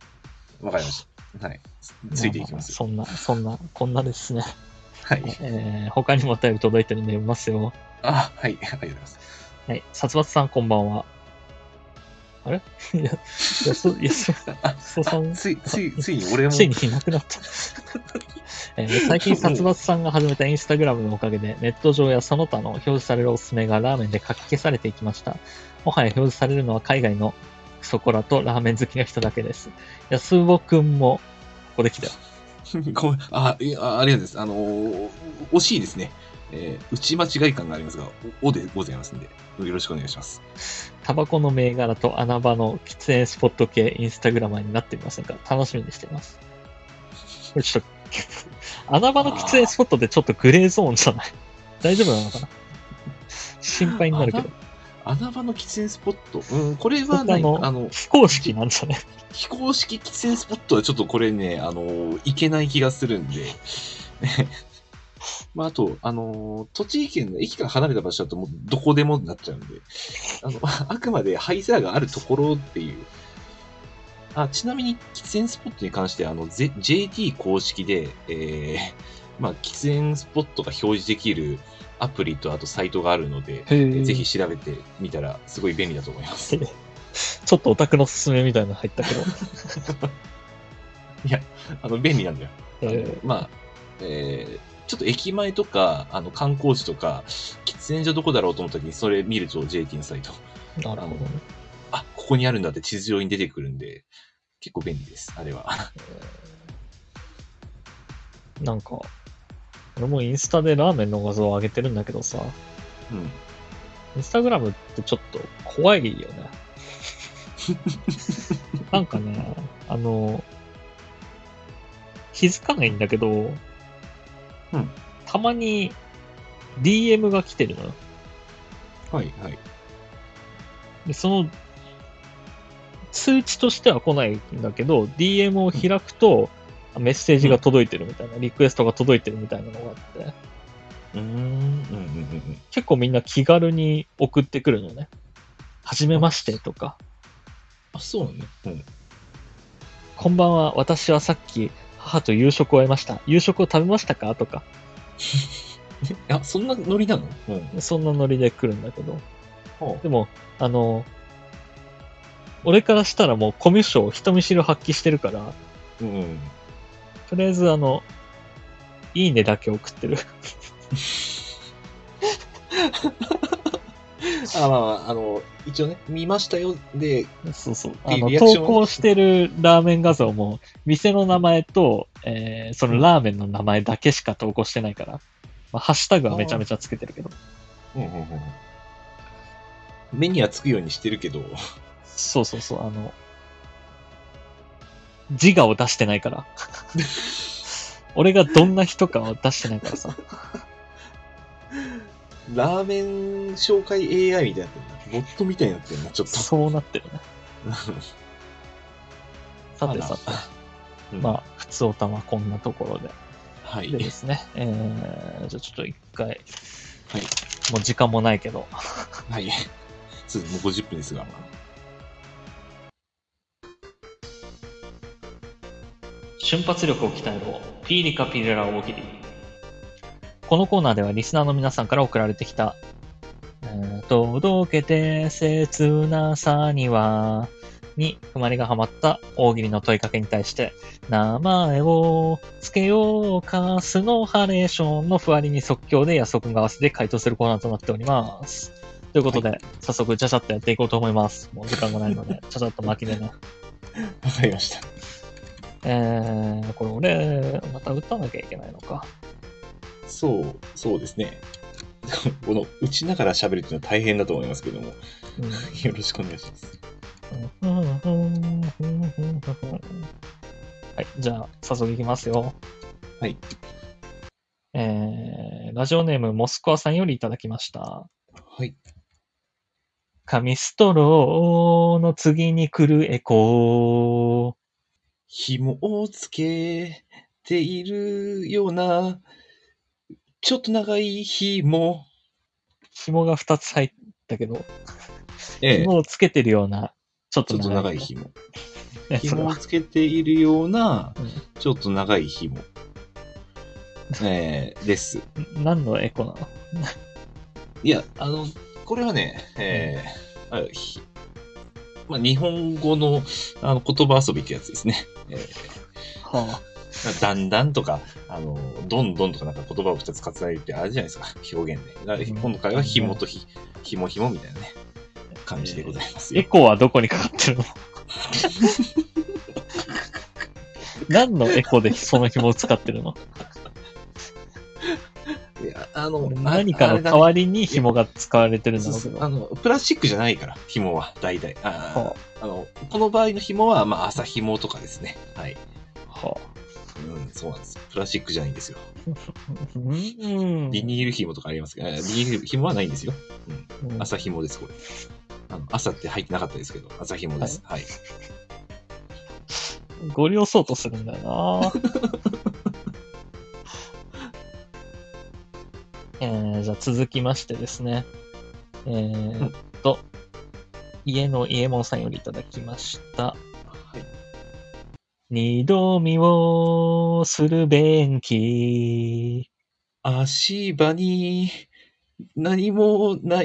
わかりました。はい。ついていきます。 こんなですね。 はい。 他にもお便り届いてるんで読みますよ。 はい。ありがとうございます。 はい。殺伐さんこんばんは。あれいや、そうさん。 ついに俺も。 ついにいなくなった。最近殺伐さんが始めたインスタグラムのおかげで、ネット上やその他の表示されるおすすめがラーメンで書き消されていきました。もはや表示されるのは海外のそこらとラーメン好きの人だけです。安尾くんも、ここで来たよ。 ありがとうございます。惜しいですね。打ち間違い感がありますが、おでございますんで、よろしくお願いします。 タバコの銘柄と穴場の喫煙スポット系インスタグラマーになってみませんか？楽しみにしています。これちょっと、穴場の喫煙スポットでちょっとグレーゾーンじゃない？大丈夫なのかな？心配になるけど。 穴場の喫煙スポット、これはね、 非公式なんじゃね？ 非公式喫煙スポットはちょっとこれね、いけない気がするんで、まあ、あと、栃木県の駅から離れた場所だともうどこでもなっちゃうんで、あくまで灰皿があるところっていう。ちなみに喫煙スポットに関しては、JT 公式で、まあ、喫煙スポットが表示できるアプリとあとサイトがあるので、ぜひ調べてみたらすごい便利だと思います。 ちょっとオタクのすすめみたいなの入ったけど。 いや、便利なんだよ。まあ、ちょっと駅前とか、観光地とか、喫煙所どこだろうと思った時にそれ見ると JT のサイト。 なるほどね。 ここにあるんだって地図上に出てくるんで、結構便利です、あれは。 なんか、俺もインスタでラーメンの画像を上げてるんだけどさ、インスタグラムってちょっと怖いよね。なんかね、気づかないんだけど、たまに DM が来てるのよ。 はいはい。 で、その通知としては来ないんだけど、DM を開くと、メッセージが届いてるみたいな、リクエストが届いてるみたいなのがあって。結構みんな気軽に送ってくるのね。はじめましてとか。 そうなのね。 こんばんは、私はさっき母と夕食を終えました。夕食を食べましたかとか。 そんなノリなの？ そんなノリで来るんだけど。でも、俺からしたらもうコミュ障、人見知りを発揮してるから、とりあえずいいねだけ送ってる。 一応ね、見ましたよ。で、 そう。投稿してるラーメン画像も、店の名前と、そのラーメンの名前だけしか投稿してないから、ハッシュタグはめちゃめちゃつけてるけど。 目にはつくようにしてるけど。 そう。自我を出してないから。俺がどんな人かを出してないからさ。 ラーメン紹介 AI みたいになってるな。ボットみたいになってるな、ちょっと。 そうなってるね。さて。普通おたはこんなところで。 はい。 でですね。じゃあちょっと一回。はい。 もう時間もないけど。 はい。そうです。もう50分ですが。 瞬発力を鍛えろ。ピーリカピリラ大喜利。このコーナーではリスナーの皆さんから送られてきた、届けて切なさには、に踏まりがはまった大喜利の問いかけに対して、名前を付けようか、スノーハレーションのふわりに即興で安尾くんが合わせて回答するコーナーとなっております。ということで、早速ちゃちゃっとやっていこうと思います。もう時間がないので、ちゃちゃっと巻きでね。 わかりました。 これ俺、また打たなきゃいけないのか。 そうですね。この打ちながら喋るっていうのは大変だと思いますけども、よろしくお願いします。 はい、じゃあ早速いきますよ。 はい。 ラジオネームモスクワさんよりいただきました。 はい。 紙ストローの次に来るエコー。 紐をつけているような、ちょっと長い紐。 紐が2つ入ったけど、紐をつけてるような、ちょっと長い紐。 紐をつけているような、 うんちょっと長い紐。です。 何のエコなの？ いや、これはね、まあ、日本語の言葉遊びってやつですね。 はだんだんとか、どんどんとかなんか言葉を2つ重ねるってあれじゃないですか、表現で。だから今回は紐と紐みたいなね、感じでございますよ。 エコはどこにかかってるの？何のエコでその紐を使ってるの？ いや、 何かの代わりに紐が使われてるんだろうけど。 プラスチックじゃないから、紐は、大体。 はこの場合の紐は、まあ、朝紐とかですね。はい。 はそうなんです。プラスチックじゃないんですよ。 うん。 ビニール紐とかありますけど、ビニール紐はないんですよ。 うん、 朝紐です、これ。朝って入ってなかったですけど、朝紐です。はい。 ご利用そうとするんだよな。じゃあ続きましてですね。家の家門さんよりいただきました。 はい。 二度見をする便器。 足場に何もない、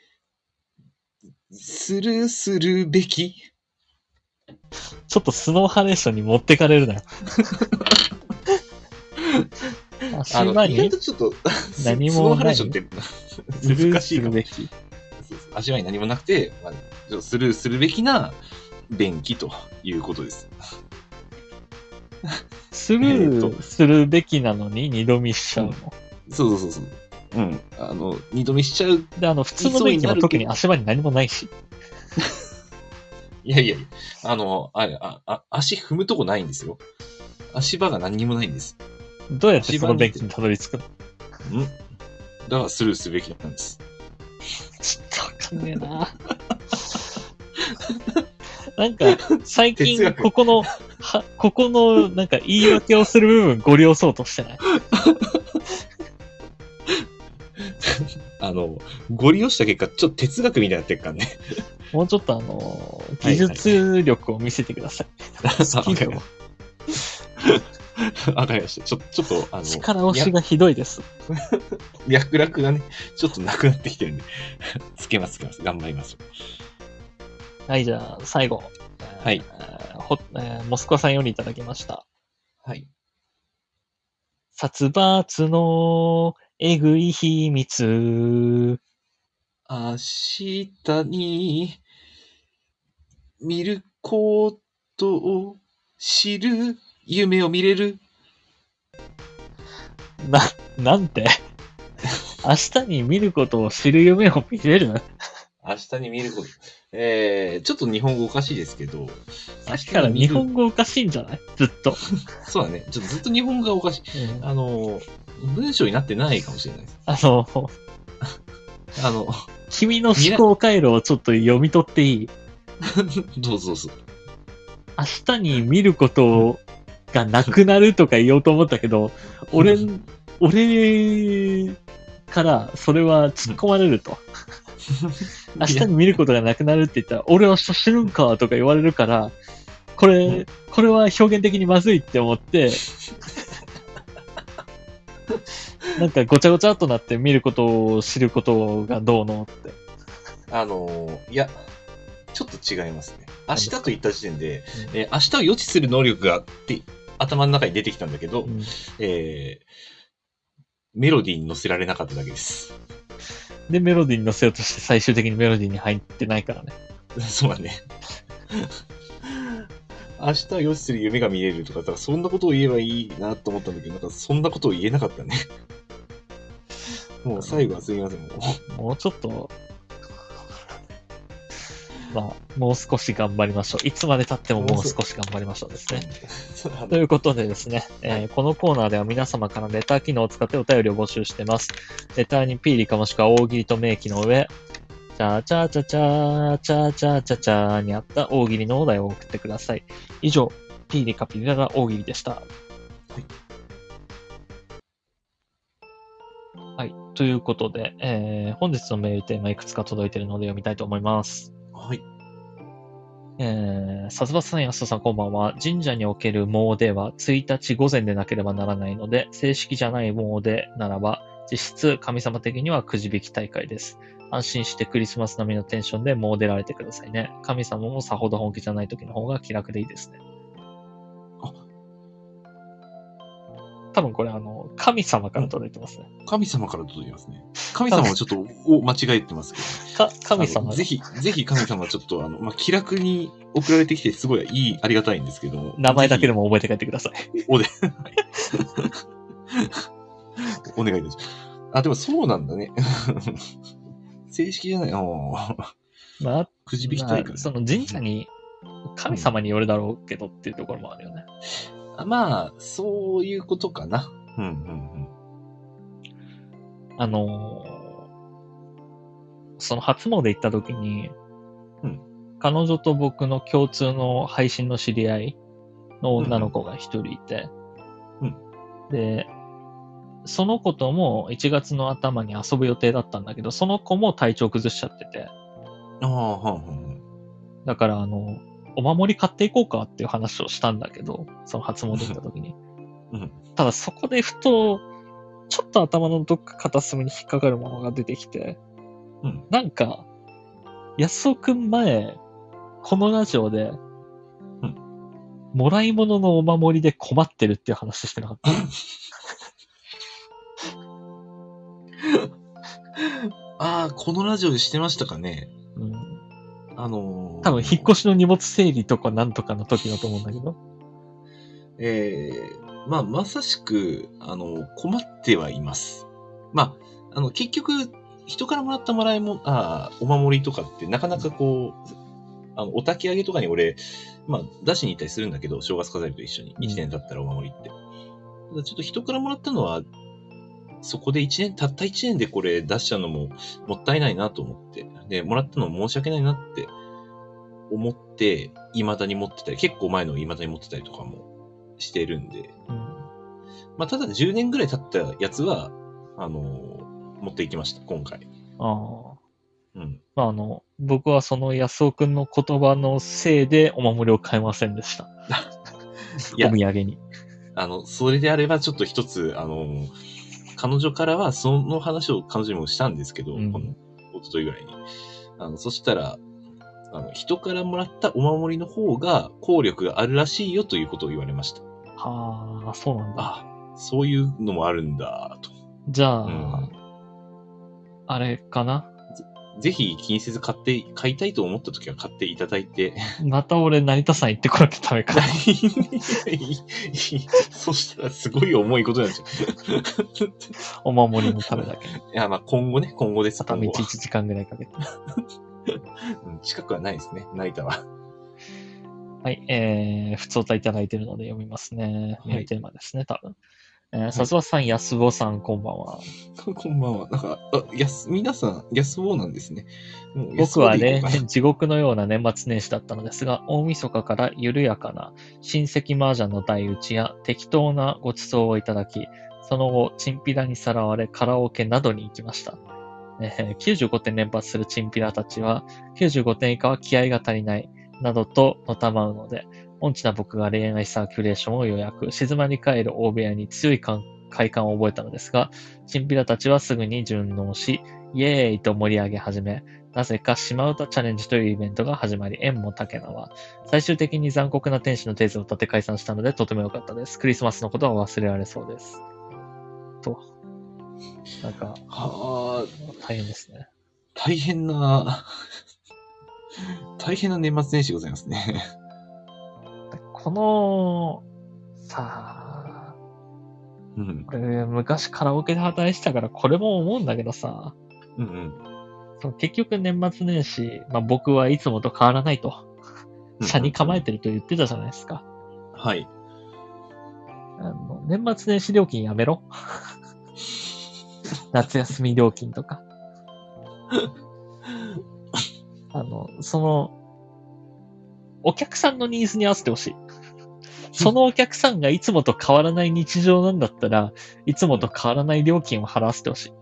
するべき。 ちょっとスノーハレーションに持ってかれるなよ。足場意外にとちょっと、 何スノーもないハレーションって難しいかも。 するべき。 足場に何もなくて、まあ、ちょっとスルーするべきな便器ということです。 スルーするべきなのに二度見しちゃうの。 そう。うん。二度見しちゃう。 で、普通の便器は特に足場に何もないし。 いや、足踏むとこないんですよ。足場が何にもないんです。 どうやってその便器にたどり着くの？ だからスルーするべきなんです。 ちょっとわかんねえな。なんか、最近、ここの、なんか言い訳をする部分ご利用そうとしてない？ ご利用した結果、ちょっと哲学みたいになってるからね。 もうちょっと技術力を見せてください。スキルを。 わかりました。ちょっと、 力押しがひどいです。 脈絡がね、ちょっとなくなってきてるんで、つけます。頑張ります。 はい、じゃあ、最後。 はい。 モスクワさんよりいただきました。 はい。 殺伐のえぐい秘密。 明日に見ることを知る夢を見れる。 なんて明日に見ることを知る夢を見れる？ 明日に見ること。ちょっと日本語おかしいですけど。 さっきから日本語おかしいんじゃない？ずっと。 そうだね。ちょっとずっと日本語がおかしい。文章になってないかもしれないです。 君の思考回路をちょっと読み取っていい？ どうぞ。 明日に見ることがなくなるとか言おうと思ったけど、俺からそれは突っ込まれると。明日に見ることがなくなるって言ったら、俺は明日死ぬんかとか言われるから、これは表現的にまずいって思って、なんかごちゃごちゃっとなって見ることを知ることがどうのって。 いや、ちょっと違いますね。明日と言った時点で、明日を予知する能力があって頭の中に出てきたんだけど、メロディーに乗せられなかっただけです。 で、メロディーに乗せようとして最終的にメロディーに入ってないからね。 そうだね。明日予知する夢が見れるとか、そんなことを言えばいいなと思ったんだけど、なんかそんなことを言えなかったね。もう最後はすみません。 もうちょっと、もう少し頑張りましょう。いつまで経ってももう少し頑張りましょうですね。ということでですね、このコーナーでは皆様からレター機能を使ってお便りを募集してます。レターにピーリかもしくは大喜利と明記の上、チャーチャーチャチャーチャーチャーチャチャーにあった大喜利のお題を送ってください。以上、ピーリカピリララ大喜利でした。はい。ということで、本日のメールテーマいくつか届いているので読みたいと思います。 はい。 さつばさん、やすとさん、こんばんは。神社における詣は1日午前でなければならないので、正式じゃない詣ならば、実質神様的にはくじ引き大会です。安心してクリスマス並みのテンションで詣られてくださいね。神様もさほど本気じゃない時の方が気楽でいいですね。多分これ神様から届いてますね。 神様から届いてますね。神様はちょっと間違えてますけど、ね。 神様ぜひ神様ちょっと気楽に送られてきてすごいありがたいんですけども。 名前だけでも覚えて帰ってください。 お願いいたします。でもそうなんだね。正式じゃない。 まあ、 くじ引き大会。 その神社に神様によるだろうけどっていうところもあるよね。 まあ、そういうことかな。 その初詣行った時に、彼女と僕の共通の配信の知り合いの女の子が一人いて、で、その子とも1月の頭に遊ぶ予定だったんだけど、その子も体調崩しちゃってて。だからお守り買っていこうかっていう話をしたんだけど、その初詣行った時に。ただそこでふと、ちょっと頭のどっか片隅に引っかかるものが出てきて、なんか、安尾くん前、このラジオで、もらい物のお守りで困ってるっていう話してなかった。 このラジオでしてましたかね。 多分引っ越しの荷物整理とかなんとかの時だと思うんだけど。 まさしく、困ってはいます。結局、人からもらったお守りとかってなかなかこう、お焚き上げとかに俺、出しに行ったりするんだけど、正月飾りと一緒に、1年経ったらお守りって。ただちょっと人からもらったのは、そこでたった1年でこれ出しちゃうのももったいないなと思って、で、もらったの申し訳ないなって思って、未だに持ってたり、結構前の未だに持ってたりとかもしてるんで、ただ10年ぐらい経ったやつは、持っていきました、今回。 僕はその安尾くんの言葉のせいでお守りを買えませんでした。お土産に。 それであればちょっと一つ、彼女からはその話を彼女にもしたんですけど、おとといぐらいに。そしたら、人からもらったお守りの方が効力があるらしいよということを言われました。 そうなんだ。 そういうのもあるんだ、と。 じゃあ、あれかな？ ぜひ気にせず買いたいと思った時は買っていただいて。 また俺、成田さん行ってこいって食べか。 そしたらすごい重いことになっちゃう。 お守りのためだけ。 いや、今後です。 片道1時間ぐらいかけて。 近くはないですね、成田は。 はい、普通歌いただいてるので読みますね。メールテーマですね、多分。さつばさん、やすぼさん、こんばんは。 こんばんは。なんか、皆さん、やすぼなんですね。 僕は例年地獄のような年末年始だったのですが、大晦日から緩やかな親戚麻雀の台打ちや適当なご馳走をいただき、その後、チンピラにさらわれカラオケなどに行きました。95点連発するチンピラたちは、95点以下は気合が足りない、などとのたまうので、音痴な僕が恋愛サーキュレーションを予約、静まり返る大部屋に強い快感を覚えたのですが、チンピラたちはすぐに順応し、イエーイと盛り上げ始め、なぜか島唄チャレンジというイベントが始まり、縁も竹縄。最終的に残酷な天使のテーゼを立て解散したので、とても良かったです。クリスマスのことは忘れられそうです。と。なんか、大変ですね。 大変な年末年始でございますね。 この、さあ、俺昔カラオケで働いてたからこれも思うんだけどさ、結局年末年始、僕はいつもと変わらないと、車に構えてると言ってたじゃないですか。 はい。 年末年始料金やめろ。夏休み料金とか。お客さんのニーズに合わせてほしい。そのお客さんがいつもと変わらない日常なんだったら、いつもと変わらない料金を払わせてほしい。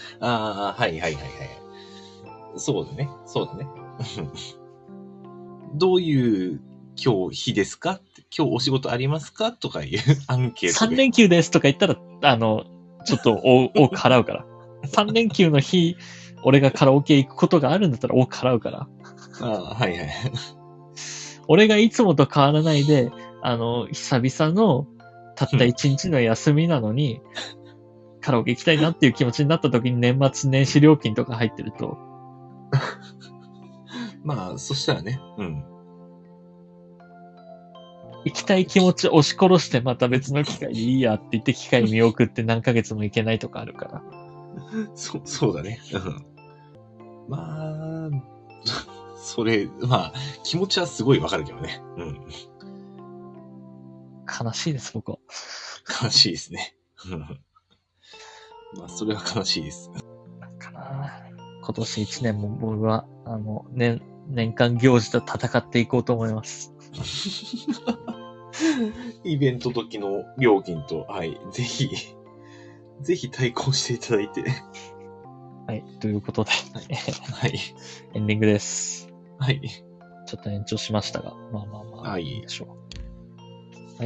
はい。そうだね。 どういう今日日ですか？今日お仕事ありますか？とかいうアンケートで。 3連休ですとか言ったら、ちょっと多く払うから。3連休の日、俺がカラオケ行くことがあるんだったら多く払うから。 ああ、はいはい。 俺がいつもと変わらないで、久々のたった1日の休みなのに、カラオケ行きたいなっていう気持ちになった時に年末年始料金とか入ってると。 まあ、そしたらね、うん。 行きたい気持ち押し殺してまた別の機会でいいやって言って機会見送って何ヶ月も行けないとかあるから。 そうだね。まあ、それ、まあ、気持ちはすごいわかるけどね。うん。 悲しいです、僕は。 悲しいですね。まあ、それは悲しいです。 かな。今年1年も僕は、年間行事と戦っていこうと思います。 イベント時の料金と、はい、ぜひ対抗していただいて。 はい、ということで、 はい。 エンディングです。 はい。 ちょっと延長しましたが、まあ、 はい。 いいでしょう。はい、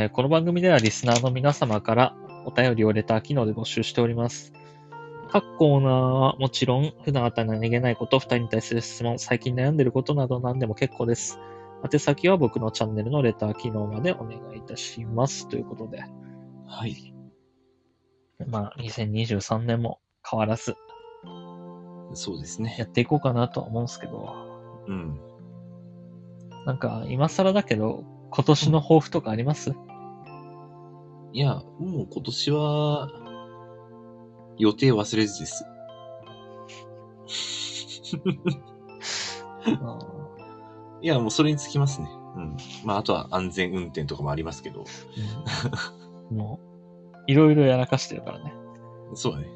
この番組ではリスナーの皆様からお便りをレター機能で募集しております。各コーナーはもちろん、普段あった何気ないこと、二人に対する質問、最近悩んでることなど何でも結構です。宛先は僕のチャンネルのレター機能までお願いいたします。ということで。 はい。 まあ、2023年も変わらず。 そうですね。 やっていこうかなとは思うんですけど。 うん。 なんか、今更だけど、今年の抱負とかあります？ いや、もう今年は、予定忘れずです。いや、もうそれにつきますね。うん。まあ、あとは安全運転とかもありますけど。 もう、いろいろやらかしてるからね。 そうだね。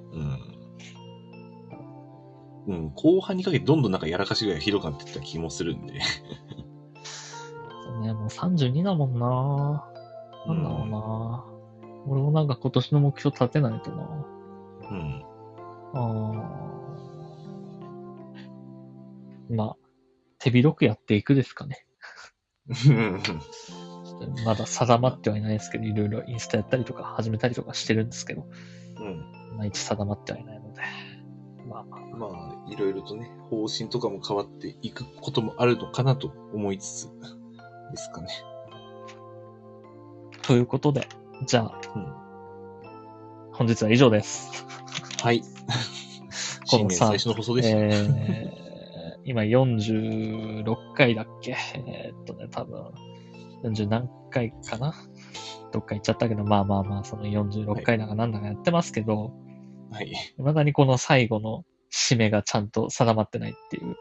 うん。後半にかけてどんどんなんかやらかしがひどくなっていった気もするんで。 そうね、もう32だもんな。なんだろうな。俺もなんか今年の目標立てないとな。 うん。 まあ、手広くやっていくですかね。まだ定まってはいないですけど、いろいろインスタやったりとか始めたりとかしてるんですけど、まあ一定まってはいないので、まあ、いろいろとね、方針とかも変わっていくこともあるのかなと思いつつですかね。 ということで、じゃあ、本日は以上です。 はい。新年最初の放送でした。 今46回だっけ？多分、40何回かな？どっか行っちゃったけど、まあ、その46回だかなんだかやってますけど、 はい。 未だにこの最後の締めがちゃんと定まってないっていう。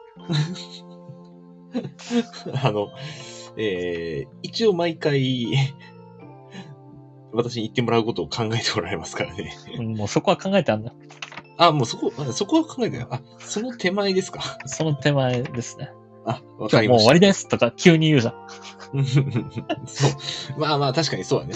一応毎回、私に言ってもらうことを考えておられますからね。 もうそこは考えてあんだ。 もうそこは考えてない。その手前ですか。 その手前ですね。 わかりました。 もう終わりですとか急に言うじゃん。 そう。まあ、確かにそうだね。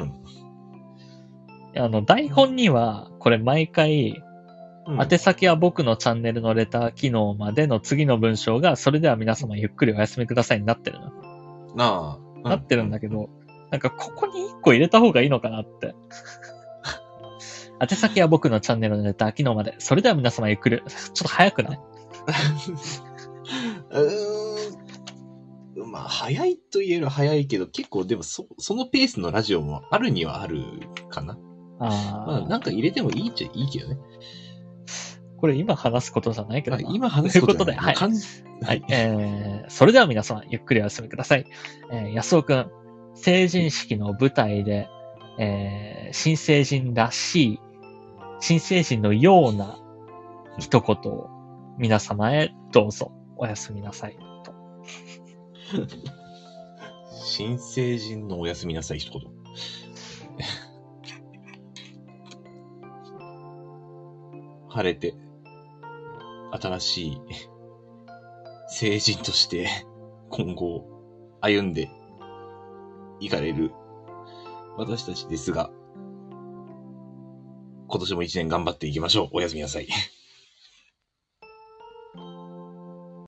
台本には、これ毎回、宛先は僕のチャンネルのレター機能までの次の文章が、それでは皆様ゆっくりお休みくださいになってるの。なってるんだけど、なんかここに1個入れた方がいいのかなって。宛先は僕のチャンネルのレター機能まで。それでは皆様ゆっくり。ちょっと早くない？ まあ、早いと言える早いけど、結構でもそのペースのラジオもあるにはあるかな。まあ、なんか入れてもいいっちゃいいけどね。 これ今話すことじゃないけどな。 今話すことじゃない。ということで、はい。それでは皆様ゆっくりお休みください。安尾くん、成人式の舞台で、新成人らしい、新成人のような一言を皆様へどうぞおやすみなさいと。 新成人のおやすみなさい一言。晴れて新しい成人として今後歩んでいかれる私たちですが、今年も一年頑張っていきましょう。おやすみなさい。